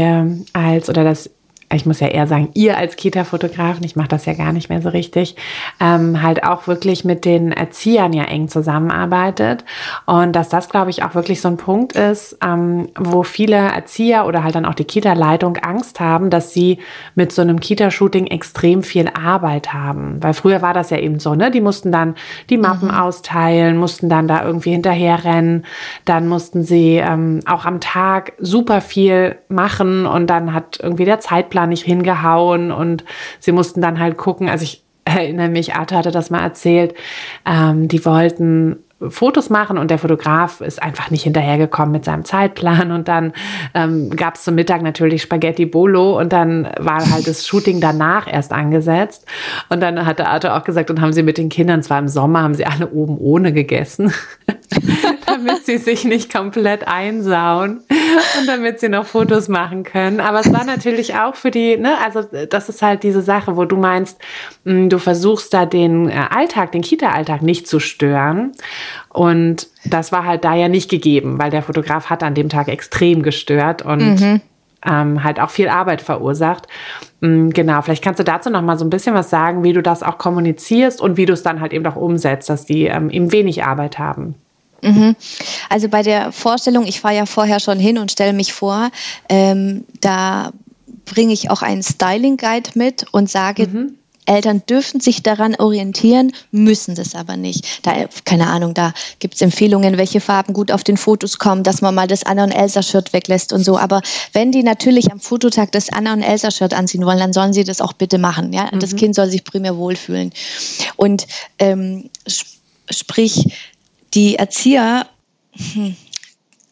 ich muss ja eher sagen, ihr als Kita-Fotografen, ich mache das ja gar nicht mehr so richtig, halt auch wirklich mit den Erziehern ja eng zusammenarbeitet und dass das, glaube ich, auch wirklich so ein Punkt ist, wo viele Erzieher oder halt dann auch die Kita-Leitung Angst haben, dass sie mit so einem Kita-Shooting extrem viel Arbeit haben, weil früher war das ja eben so, ne, die mussten dann die Mappen austeilen, mussten dann da irgendwie hinterherrennen, dann mussten sie auch am Tag super viel machen und dann hat irgendwie der Zeitplan nicht hingehauen und sie mussten dann halt gucken, also ich erinnere mich, Arthur hatte das mal erzählt, die wollten Fotos machen und der Fotograf ist einfach nicht hinterhergekommen mit seinem Zeitplan und dann gab es zum Mittag natürlich Spaghetti Bolo und dann war halt das Shooting danach erst angesetzt und dann hatte Arthur auch gesagt, und haben sie mit den Kindern, zwar im Sommer, haben sie alle oben ohne gegessen, damit sie sich nicht komplett einsauen und damit sie noch Fotos machen können. Aber es war natürlich auch für die, ne, also das ist halt diese Sache, wo du meinst, du versuchst da den Kita-Alltag nicht zu stören. Und das war halt da ja nicht gegeben, weil der Fotograf hat an dem Tag extrem gestört und halt auch viel Arbeit verursacht. Genau, vielleicht kannst du dazu noch mal so ein bisschen was sagen, wie du das auch kommunizierst und wie du es dann halt eben auch umsetzt, dass die eben wenig Arbeit haben. Also bei der Vorstellung, ich fahre ja vorher schon hin und stelle mich vor, da bringe ich auch einen Styling-Guide mit und sage, Eltern dürfen sich daran orientieren, müssen das aber nicht. Keine Ahnung, da gibt es Empfehlungen, welche Farben gut auf den Fotos kommen, dass man mal das Anna und Elsa-Shirt weglässt und so. Aber wenn die natürlich am Fototag das Anna und Elsa-Shirt anziehen wollen, dann sollen sie das auch bitte machen. Ja? Das Kind soll sich primär wohlfühlen. Und sprich, die Erzieher,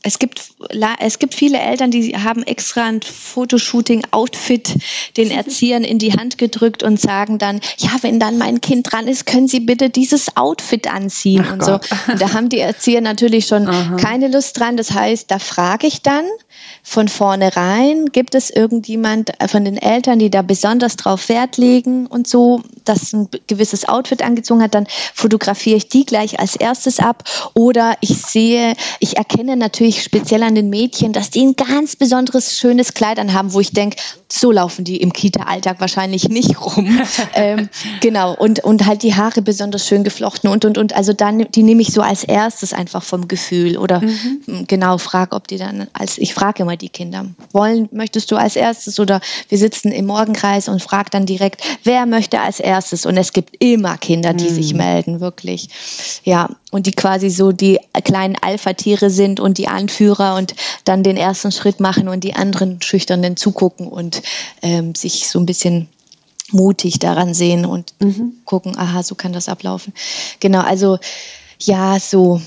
Es gibt viele Eltern, die haben extra ein Fotoshooting-Outfit den Erziehern in die Hand gedrückt und sagen dann, ja, wenn dann mein Kind dran ist, können Sie bitte dieses Outfit anziehen und so. Und da haben die Erzieher natürlich schon keine Lust dran. Das heißt, da frage ich dann von vornherein, gibt es irgendjemand von den Eltern, die da besonders drauf Wert legen und so, dass ein gewisses Outfit angezogen hat, dann fotografiere ich die gleich als erstes ab. Oder ich erkenne natürlich speziell an den Mädchen, dass die ein ganz besonderes, schönes Kleid anhaben, wo ich denke, so laufen die im Kita-Alltag wahrscheinlich nicht rum. Genau, und halt die Haare besonders schön geflochten und. Also dann, die nehme ich so als erstes einfach vom Gefühl. Oder genau, ich frage immer die Kinder, möchtest du als erstes? Oder wir sitzen im Morgenkreis und frage dann direkt, wer möchte als erstes? Und es gibt immer Kinder, die sich melden, wirklich. Ja, und die quasi so die kleinen Alpha-Tiere sind und die Anführer und dann den ersten Schritt machen und die anderen Schüchternen zugucken und sich so ein bisschen mutig daran sehen und gucken, aha, so kann das ablaufen. Genau, also ja, so,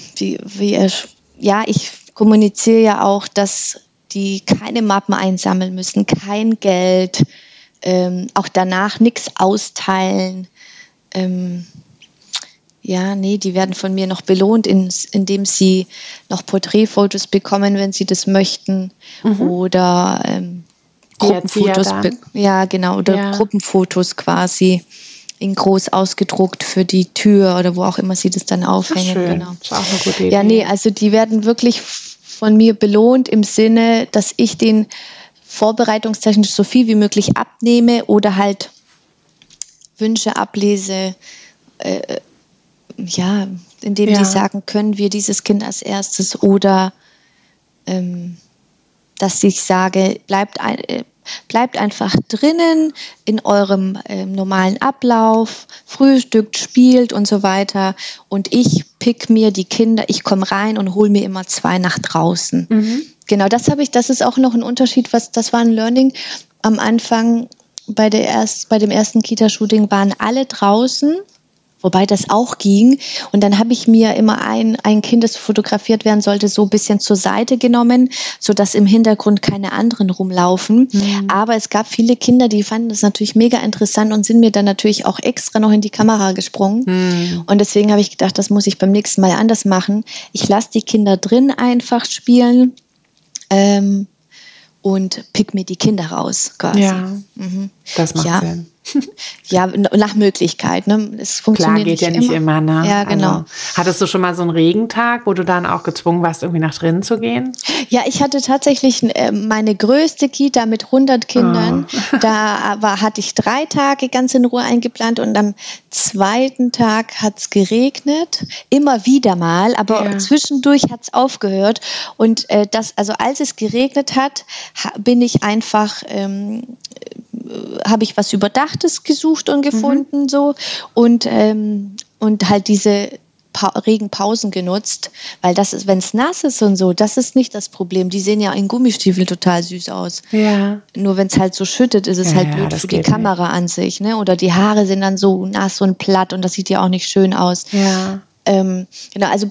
ich kommuniziere ja auch, dass die keine Mappen einsammeln müssen, kein Geld, auch danach nichts austeilen. Die werden von mir noch belohnt, indem sie noch Porträtfotos bekommen, wenn sie das möchten. Oder Gruppenfotos. Gruppenfotos quasi in groß ausgedruckt für die Tür oder wo auch immer sie das dann aufhängen. Schön. Genau. Das ist auch eine gute Idee. Ja, nee, also die werden wirklich von mir belohnt im Sinne, dass ich den vorbereitungstechnisch so viel wie möglich abnehme oder halt Wünsche ablese, indem die sagen, können wir dieses Kind als erstes oder dass ich sage, bleibt einfach drinnen in eurem normalen Ablauf, frühstückt, spielt und so weiter und ich pick mir die Kinder, ich komme rein und hole mir immer 2 nach draußen. Genau, das ist auch noch ein Unterschied, das war ein Learning am Anfang bei dem ersten Kita-Shooting waren alle draußen, wobei das auch ging. Und dann habe ich mir immer ein Kind, das fotografiert werden sollte, so ein bisschen zur Seite genommen, sodass im Hintergrund keine anderen rumlaufen. Aber es gab viele Kinder, die fanden das natürlich mega interessant und sind mir dann natürlich auch extra noch in die Kamera gesprungen. Und deswegen habe ich gedacht, das muss ich beim nächsten Mal anders machen. Ich lasse die Kinder drin einfach spielen und pick mir die Kinder raus quasi. Ja, das macht Sinn. Ja, nach Möglichkeit. Ne? Es funktioniert Klar, geht nicht immer. Ne? Ja, genau. Also, hattest du schon mal so einen Regentag, wo du dann auch gezwungen warst, irgendwie nach drinnen zu gehen? Ja, ich hatte tatsächlich meine größte Kita mit 100 Kindern. Da hatte ich 3 Tage ganz in Ruhe eingeplant und am 2. Tag hat es geregnet. Immer wieder mal, aber zwischendurch hat es aufgehört. Und als es geregnet hat, bin ich einfach habe ich was Überdachtes gesucht und gefunden so und halt diese Regenpausen genutzt, weil das ist, wenn es nass ist und so, das ist nicht das Problem. Die sehen ja in Gummistiefeln total süß aus. Ja. Nur wenn es halt so schüttet, ist es halt blöd für die Kamera an sich, ne? Oder die Haare sind dann so nass und platt und das sieht ja auch nicht schön aus. Ja. Genau, also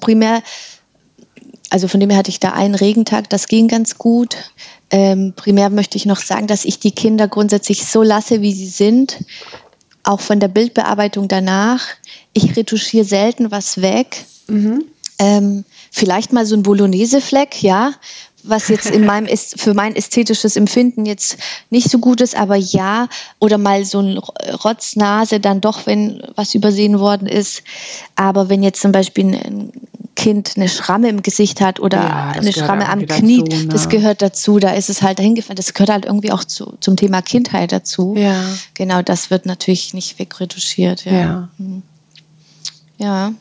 von dem her hatte ich da einen Regentag, das ging ganz gut. Primär möchte ich noch sagen, dass ich die Kinder grundsätzlich so lasse, wie sie sind, auch von der Bildbearbeitung danach. Ich retuschiere selten was weg. Vielleicht mal so ein Bolognese-Fleck, ja, was jetzt für mein ästhetisches Empfinden jetzt nicht so gut ist, aber ja, oder mal so ein Rotznase dann doch, wenn was übersehen worden ist. Aber wenn jetzt zum Beispiel ein Kind eine Schramme im Gesicht hat oder eine Schramme am Knie, dazu, ne? Das gehört dazu, da ist es halt dahingefallen. Das gehört halt irgendwie auch zum Thema Kindheit dazu. Ja. Genau, das wird natürlich nicht wegretuschiert. Ja. Ja.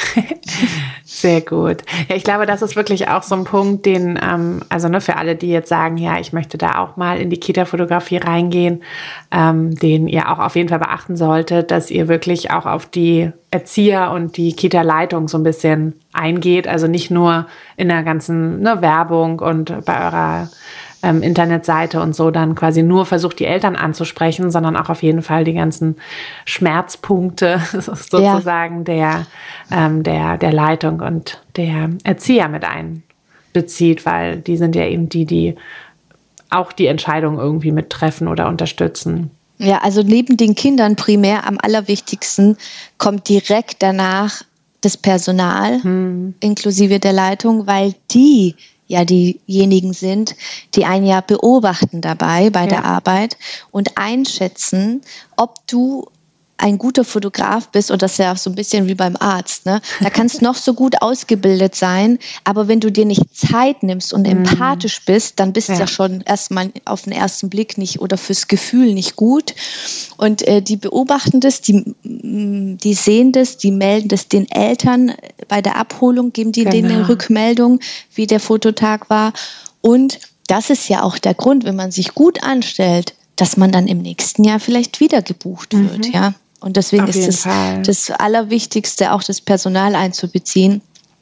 Sehr gut. Ja, ich glaube, das ist wirklich auch so ein Punkt, den, für alle, die jetzt sagen, ja, ich möchte da auch mal in die Kita-Fotografie reingehen, den ihr auch auf jeden Fall beachten solltet, dass ihr wirklich auch auf die Erzieher und die Kita-Leitung so ein bisschen eingeht, also nicht nur in der ganzen Werbung und bei eurer Internetseite und so dann quasi nur versucht, die Eltern anzusprechen, sondern auch auf jeden Fall die ganzen Schmerzpunkte sozusagen der Leitung und der Erzieher mit bezieht, weil die sind ja eben die auch die Entscheidung irgendwie mittreffen oder unterstützen. Ja, also neben den Kindern primär am allerwichtigsten kommt direkt danach das Personal, inklusive der Leitung, weil die ja diejenigen sind, die einen ja beobachten dabei bei der Arbeit und einschätzen, ob du ein guter Fotograf bist, und das ist ja so ein bisschen wie beim Arzt, ne? Da kannst du noch so gut ausgebildet sein, aber wenn du dir nicht Zeit nimmst und empathisch bist, dann bist du ja schon erstmal auf den ersten Blick nicht oder fürs Gefühl nicht gut. Und die beobachten das, die sehen das, die melden das den Eltern bei der Abholung, geben die denen eine Rückmeldung, wie der Fototag war. Und das ist ja auch der Grund, wenn man sich gut anstellt, dass man dann im nächsten Jahr vielleicht wieder gebucht wird, ja. Und deswegen ist es das Allerwichtigste, auch das Personal einzubeziehen.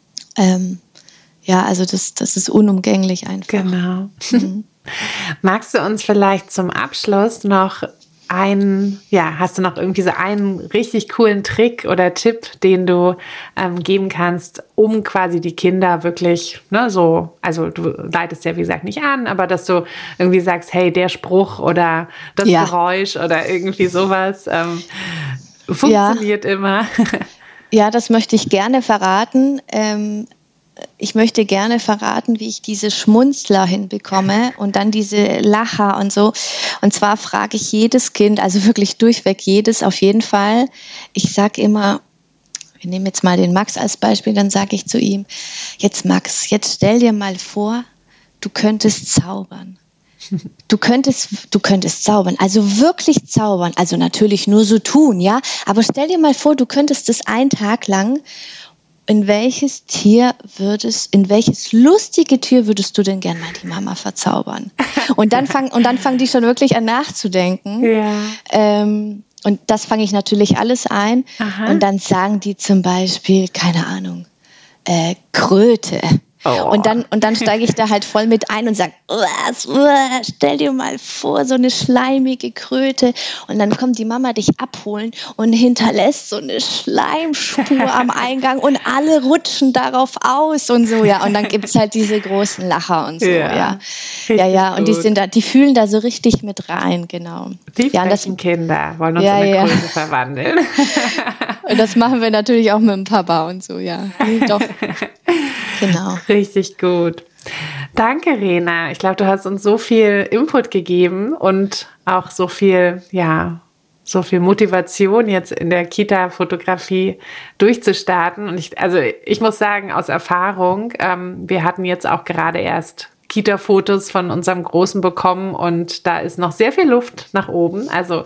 Also das ist unumgänglich einfach. Genau. Magst du uns vielleicht zum Abschluss noch hast du noch irgendwie so einen richtig coolen Trick oder Tipp, den du geben kannst, um quasi die Kinder wirklich, also du leitest ja wie gesagt nicht an, aber dass du irgendwie sagst, hey, der Spruch oder das Geräusch oder irgendwie sowas funktioniert immer. Ja, das möchte ich gerne verraten. Ich möchte gerne verraten, wie ich diese Schmunzler hinbekomme und dann diese Lacher und so. Und zwar frage ich jedes Kind, also wirklich durchweg jedes auf jeden Fall. Ich sage immer, wir nehmen jetzt mal den Max als Beispiel, dann sage ich zu ihm, jetzt Max, jetzt stell dir mal vor, du könntest zaubern. Du könntest zaubern, also wirklich zaubern, also natürlich nur so tun, ja. Aber stell dir mal vor, du könntest es einen Tag lang. In welches lustige Tier würdest du denn gern mal die Mama verzaubern? Und dann fangen die schon wirklich an nachzudenken. Ja. Und das fange ich natürlich alles ein. Aha. Und dann sagen die zum Beispiel, keine Ahnung, Kröte. Oh. Und dann steige ich da halt voll mit ein und sage, stell dir mal vor, so eine schleimige Kröte. Und dann kommt die Mama dich abholen und hinterlässt so eine Schleimspur am Eingang und alle rutschen darauf aus und so, ja. Und dann gibt's halt diese großen Lacher und so, ja. Ja. Und die fühlen da so richtig mit rein, genau. Die frechen Kinder wollen uns in eine Kröte verwandeln. Und das machen wir natürlich auch mit dem Papa und so, ja. Doch. Genau. Richtig gut. Danke, Rena. Ich glaube, du hast uns so viel Input gegeben und auch so viel Motivation jetzt in der Kita-Fotografie durchzustarten. Und ich muss sagen, aus Erfahrung, wir hatten jetzt auch gerade erst Kita-Fotos von unserem Großen bekommen und da ist noch sehr viel Luft nach oben. Also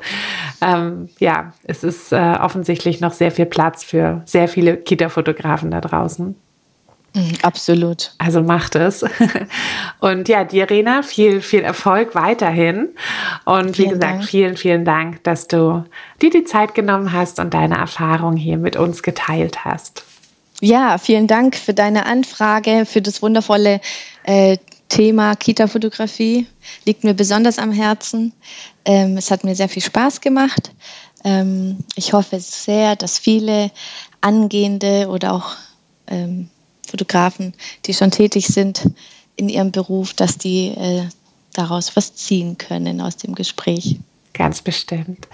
es ist offensichtlich noch sehr viel Platz für sehr viele Kita-Fotografen da draußen. Absolut. Also macht es. Und ja, dir, Rena, viel, viel Erfolg weiterhin. Und wie gesagt, vielen, vielen Dank, dass du dir die Zeit genommen hast und deine Erfahrung hier mit uns geteilt hast. Ja, vielen Dank für deine Anfrage, für das wundervolle Thema Kita-Fotografie. Liegt mir besonders am Herzen. Es hat mir sehr viel Spaß gemacht. Ich hoffe sehr, dass viele angehende oder auch Fotografen, die schon tätig sind in ihrem Beruf, dass die daraus was ziehen können aus dem Gespräch. Ganz bestimmt.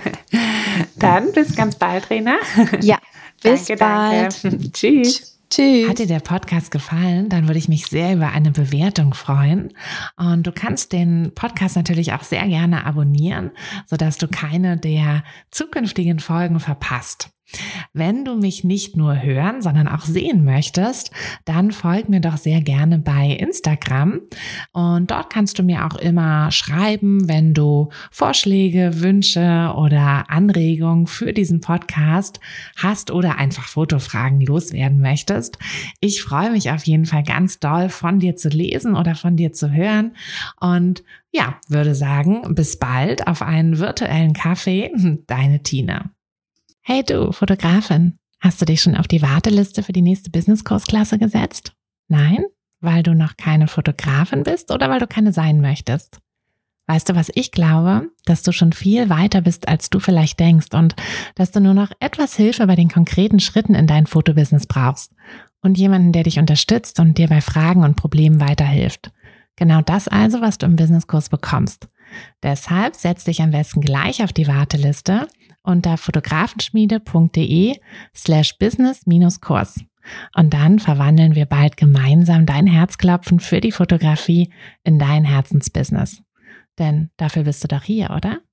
Dann bis ganz bald, Rena. Ja, bis bald. Tschüss. Tschüss. Hat dir der Podcast gefallen, dann würde ich mich sehr über eine Bewertung freuen. Und du kannst den Podcast natürlich auch sehr gerne abonnieren, sodass du keine der zukünftigen Folgen verpasst. Wenn du mich nicht nur hören, sondern auch sehen möchtest, dann folg mir doch sehr gerne bei Instagram. Und dort kannst du mir auch immer schreiben, wenn du Vorschläge, Wünsche oder Anregungen für diesen Podcast hast oder einfach Fotofragen loswerden möchtest. Ich freue mich auf jeden Fall ganz doll, von dir zu lesen oder von dir zu hören. Und ja, würde sagen, bis bald auf einen virtuellen Kaffee. Deine Tina. Hey du, Fotografin, hast du dich schon auf die Warteliste für die nächste Business-Kursklasse gesetzt? Nein? Weil du noch keine Fotografin bist oder weil du keine sein möchtest? Weißt du, was ich glaube? Dass du schon viel weiter bist, als du vielleicht denkst und dass du nur noch etwas Hilfe bei den konkreten Schritten in dein Fotobusiness brauchst. und jemanden, der dich unterstützt und dir bei Fragen und Problemen weiterhilft. Genau das also, was du im Businesskurs bekommst. Deshalb setz dich am besten gleich auf die Warteliste unter fotografenschmiede.de/business-Kurs. Und dann verwandeln wir bald gemeinsam dein Herzklopfen für die Fotografie in dein Herzensbusiness. Denn dafür bist du doch hier, oder?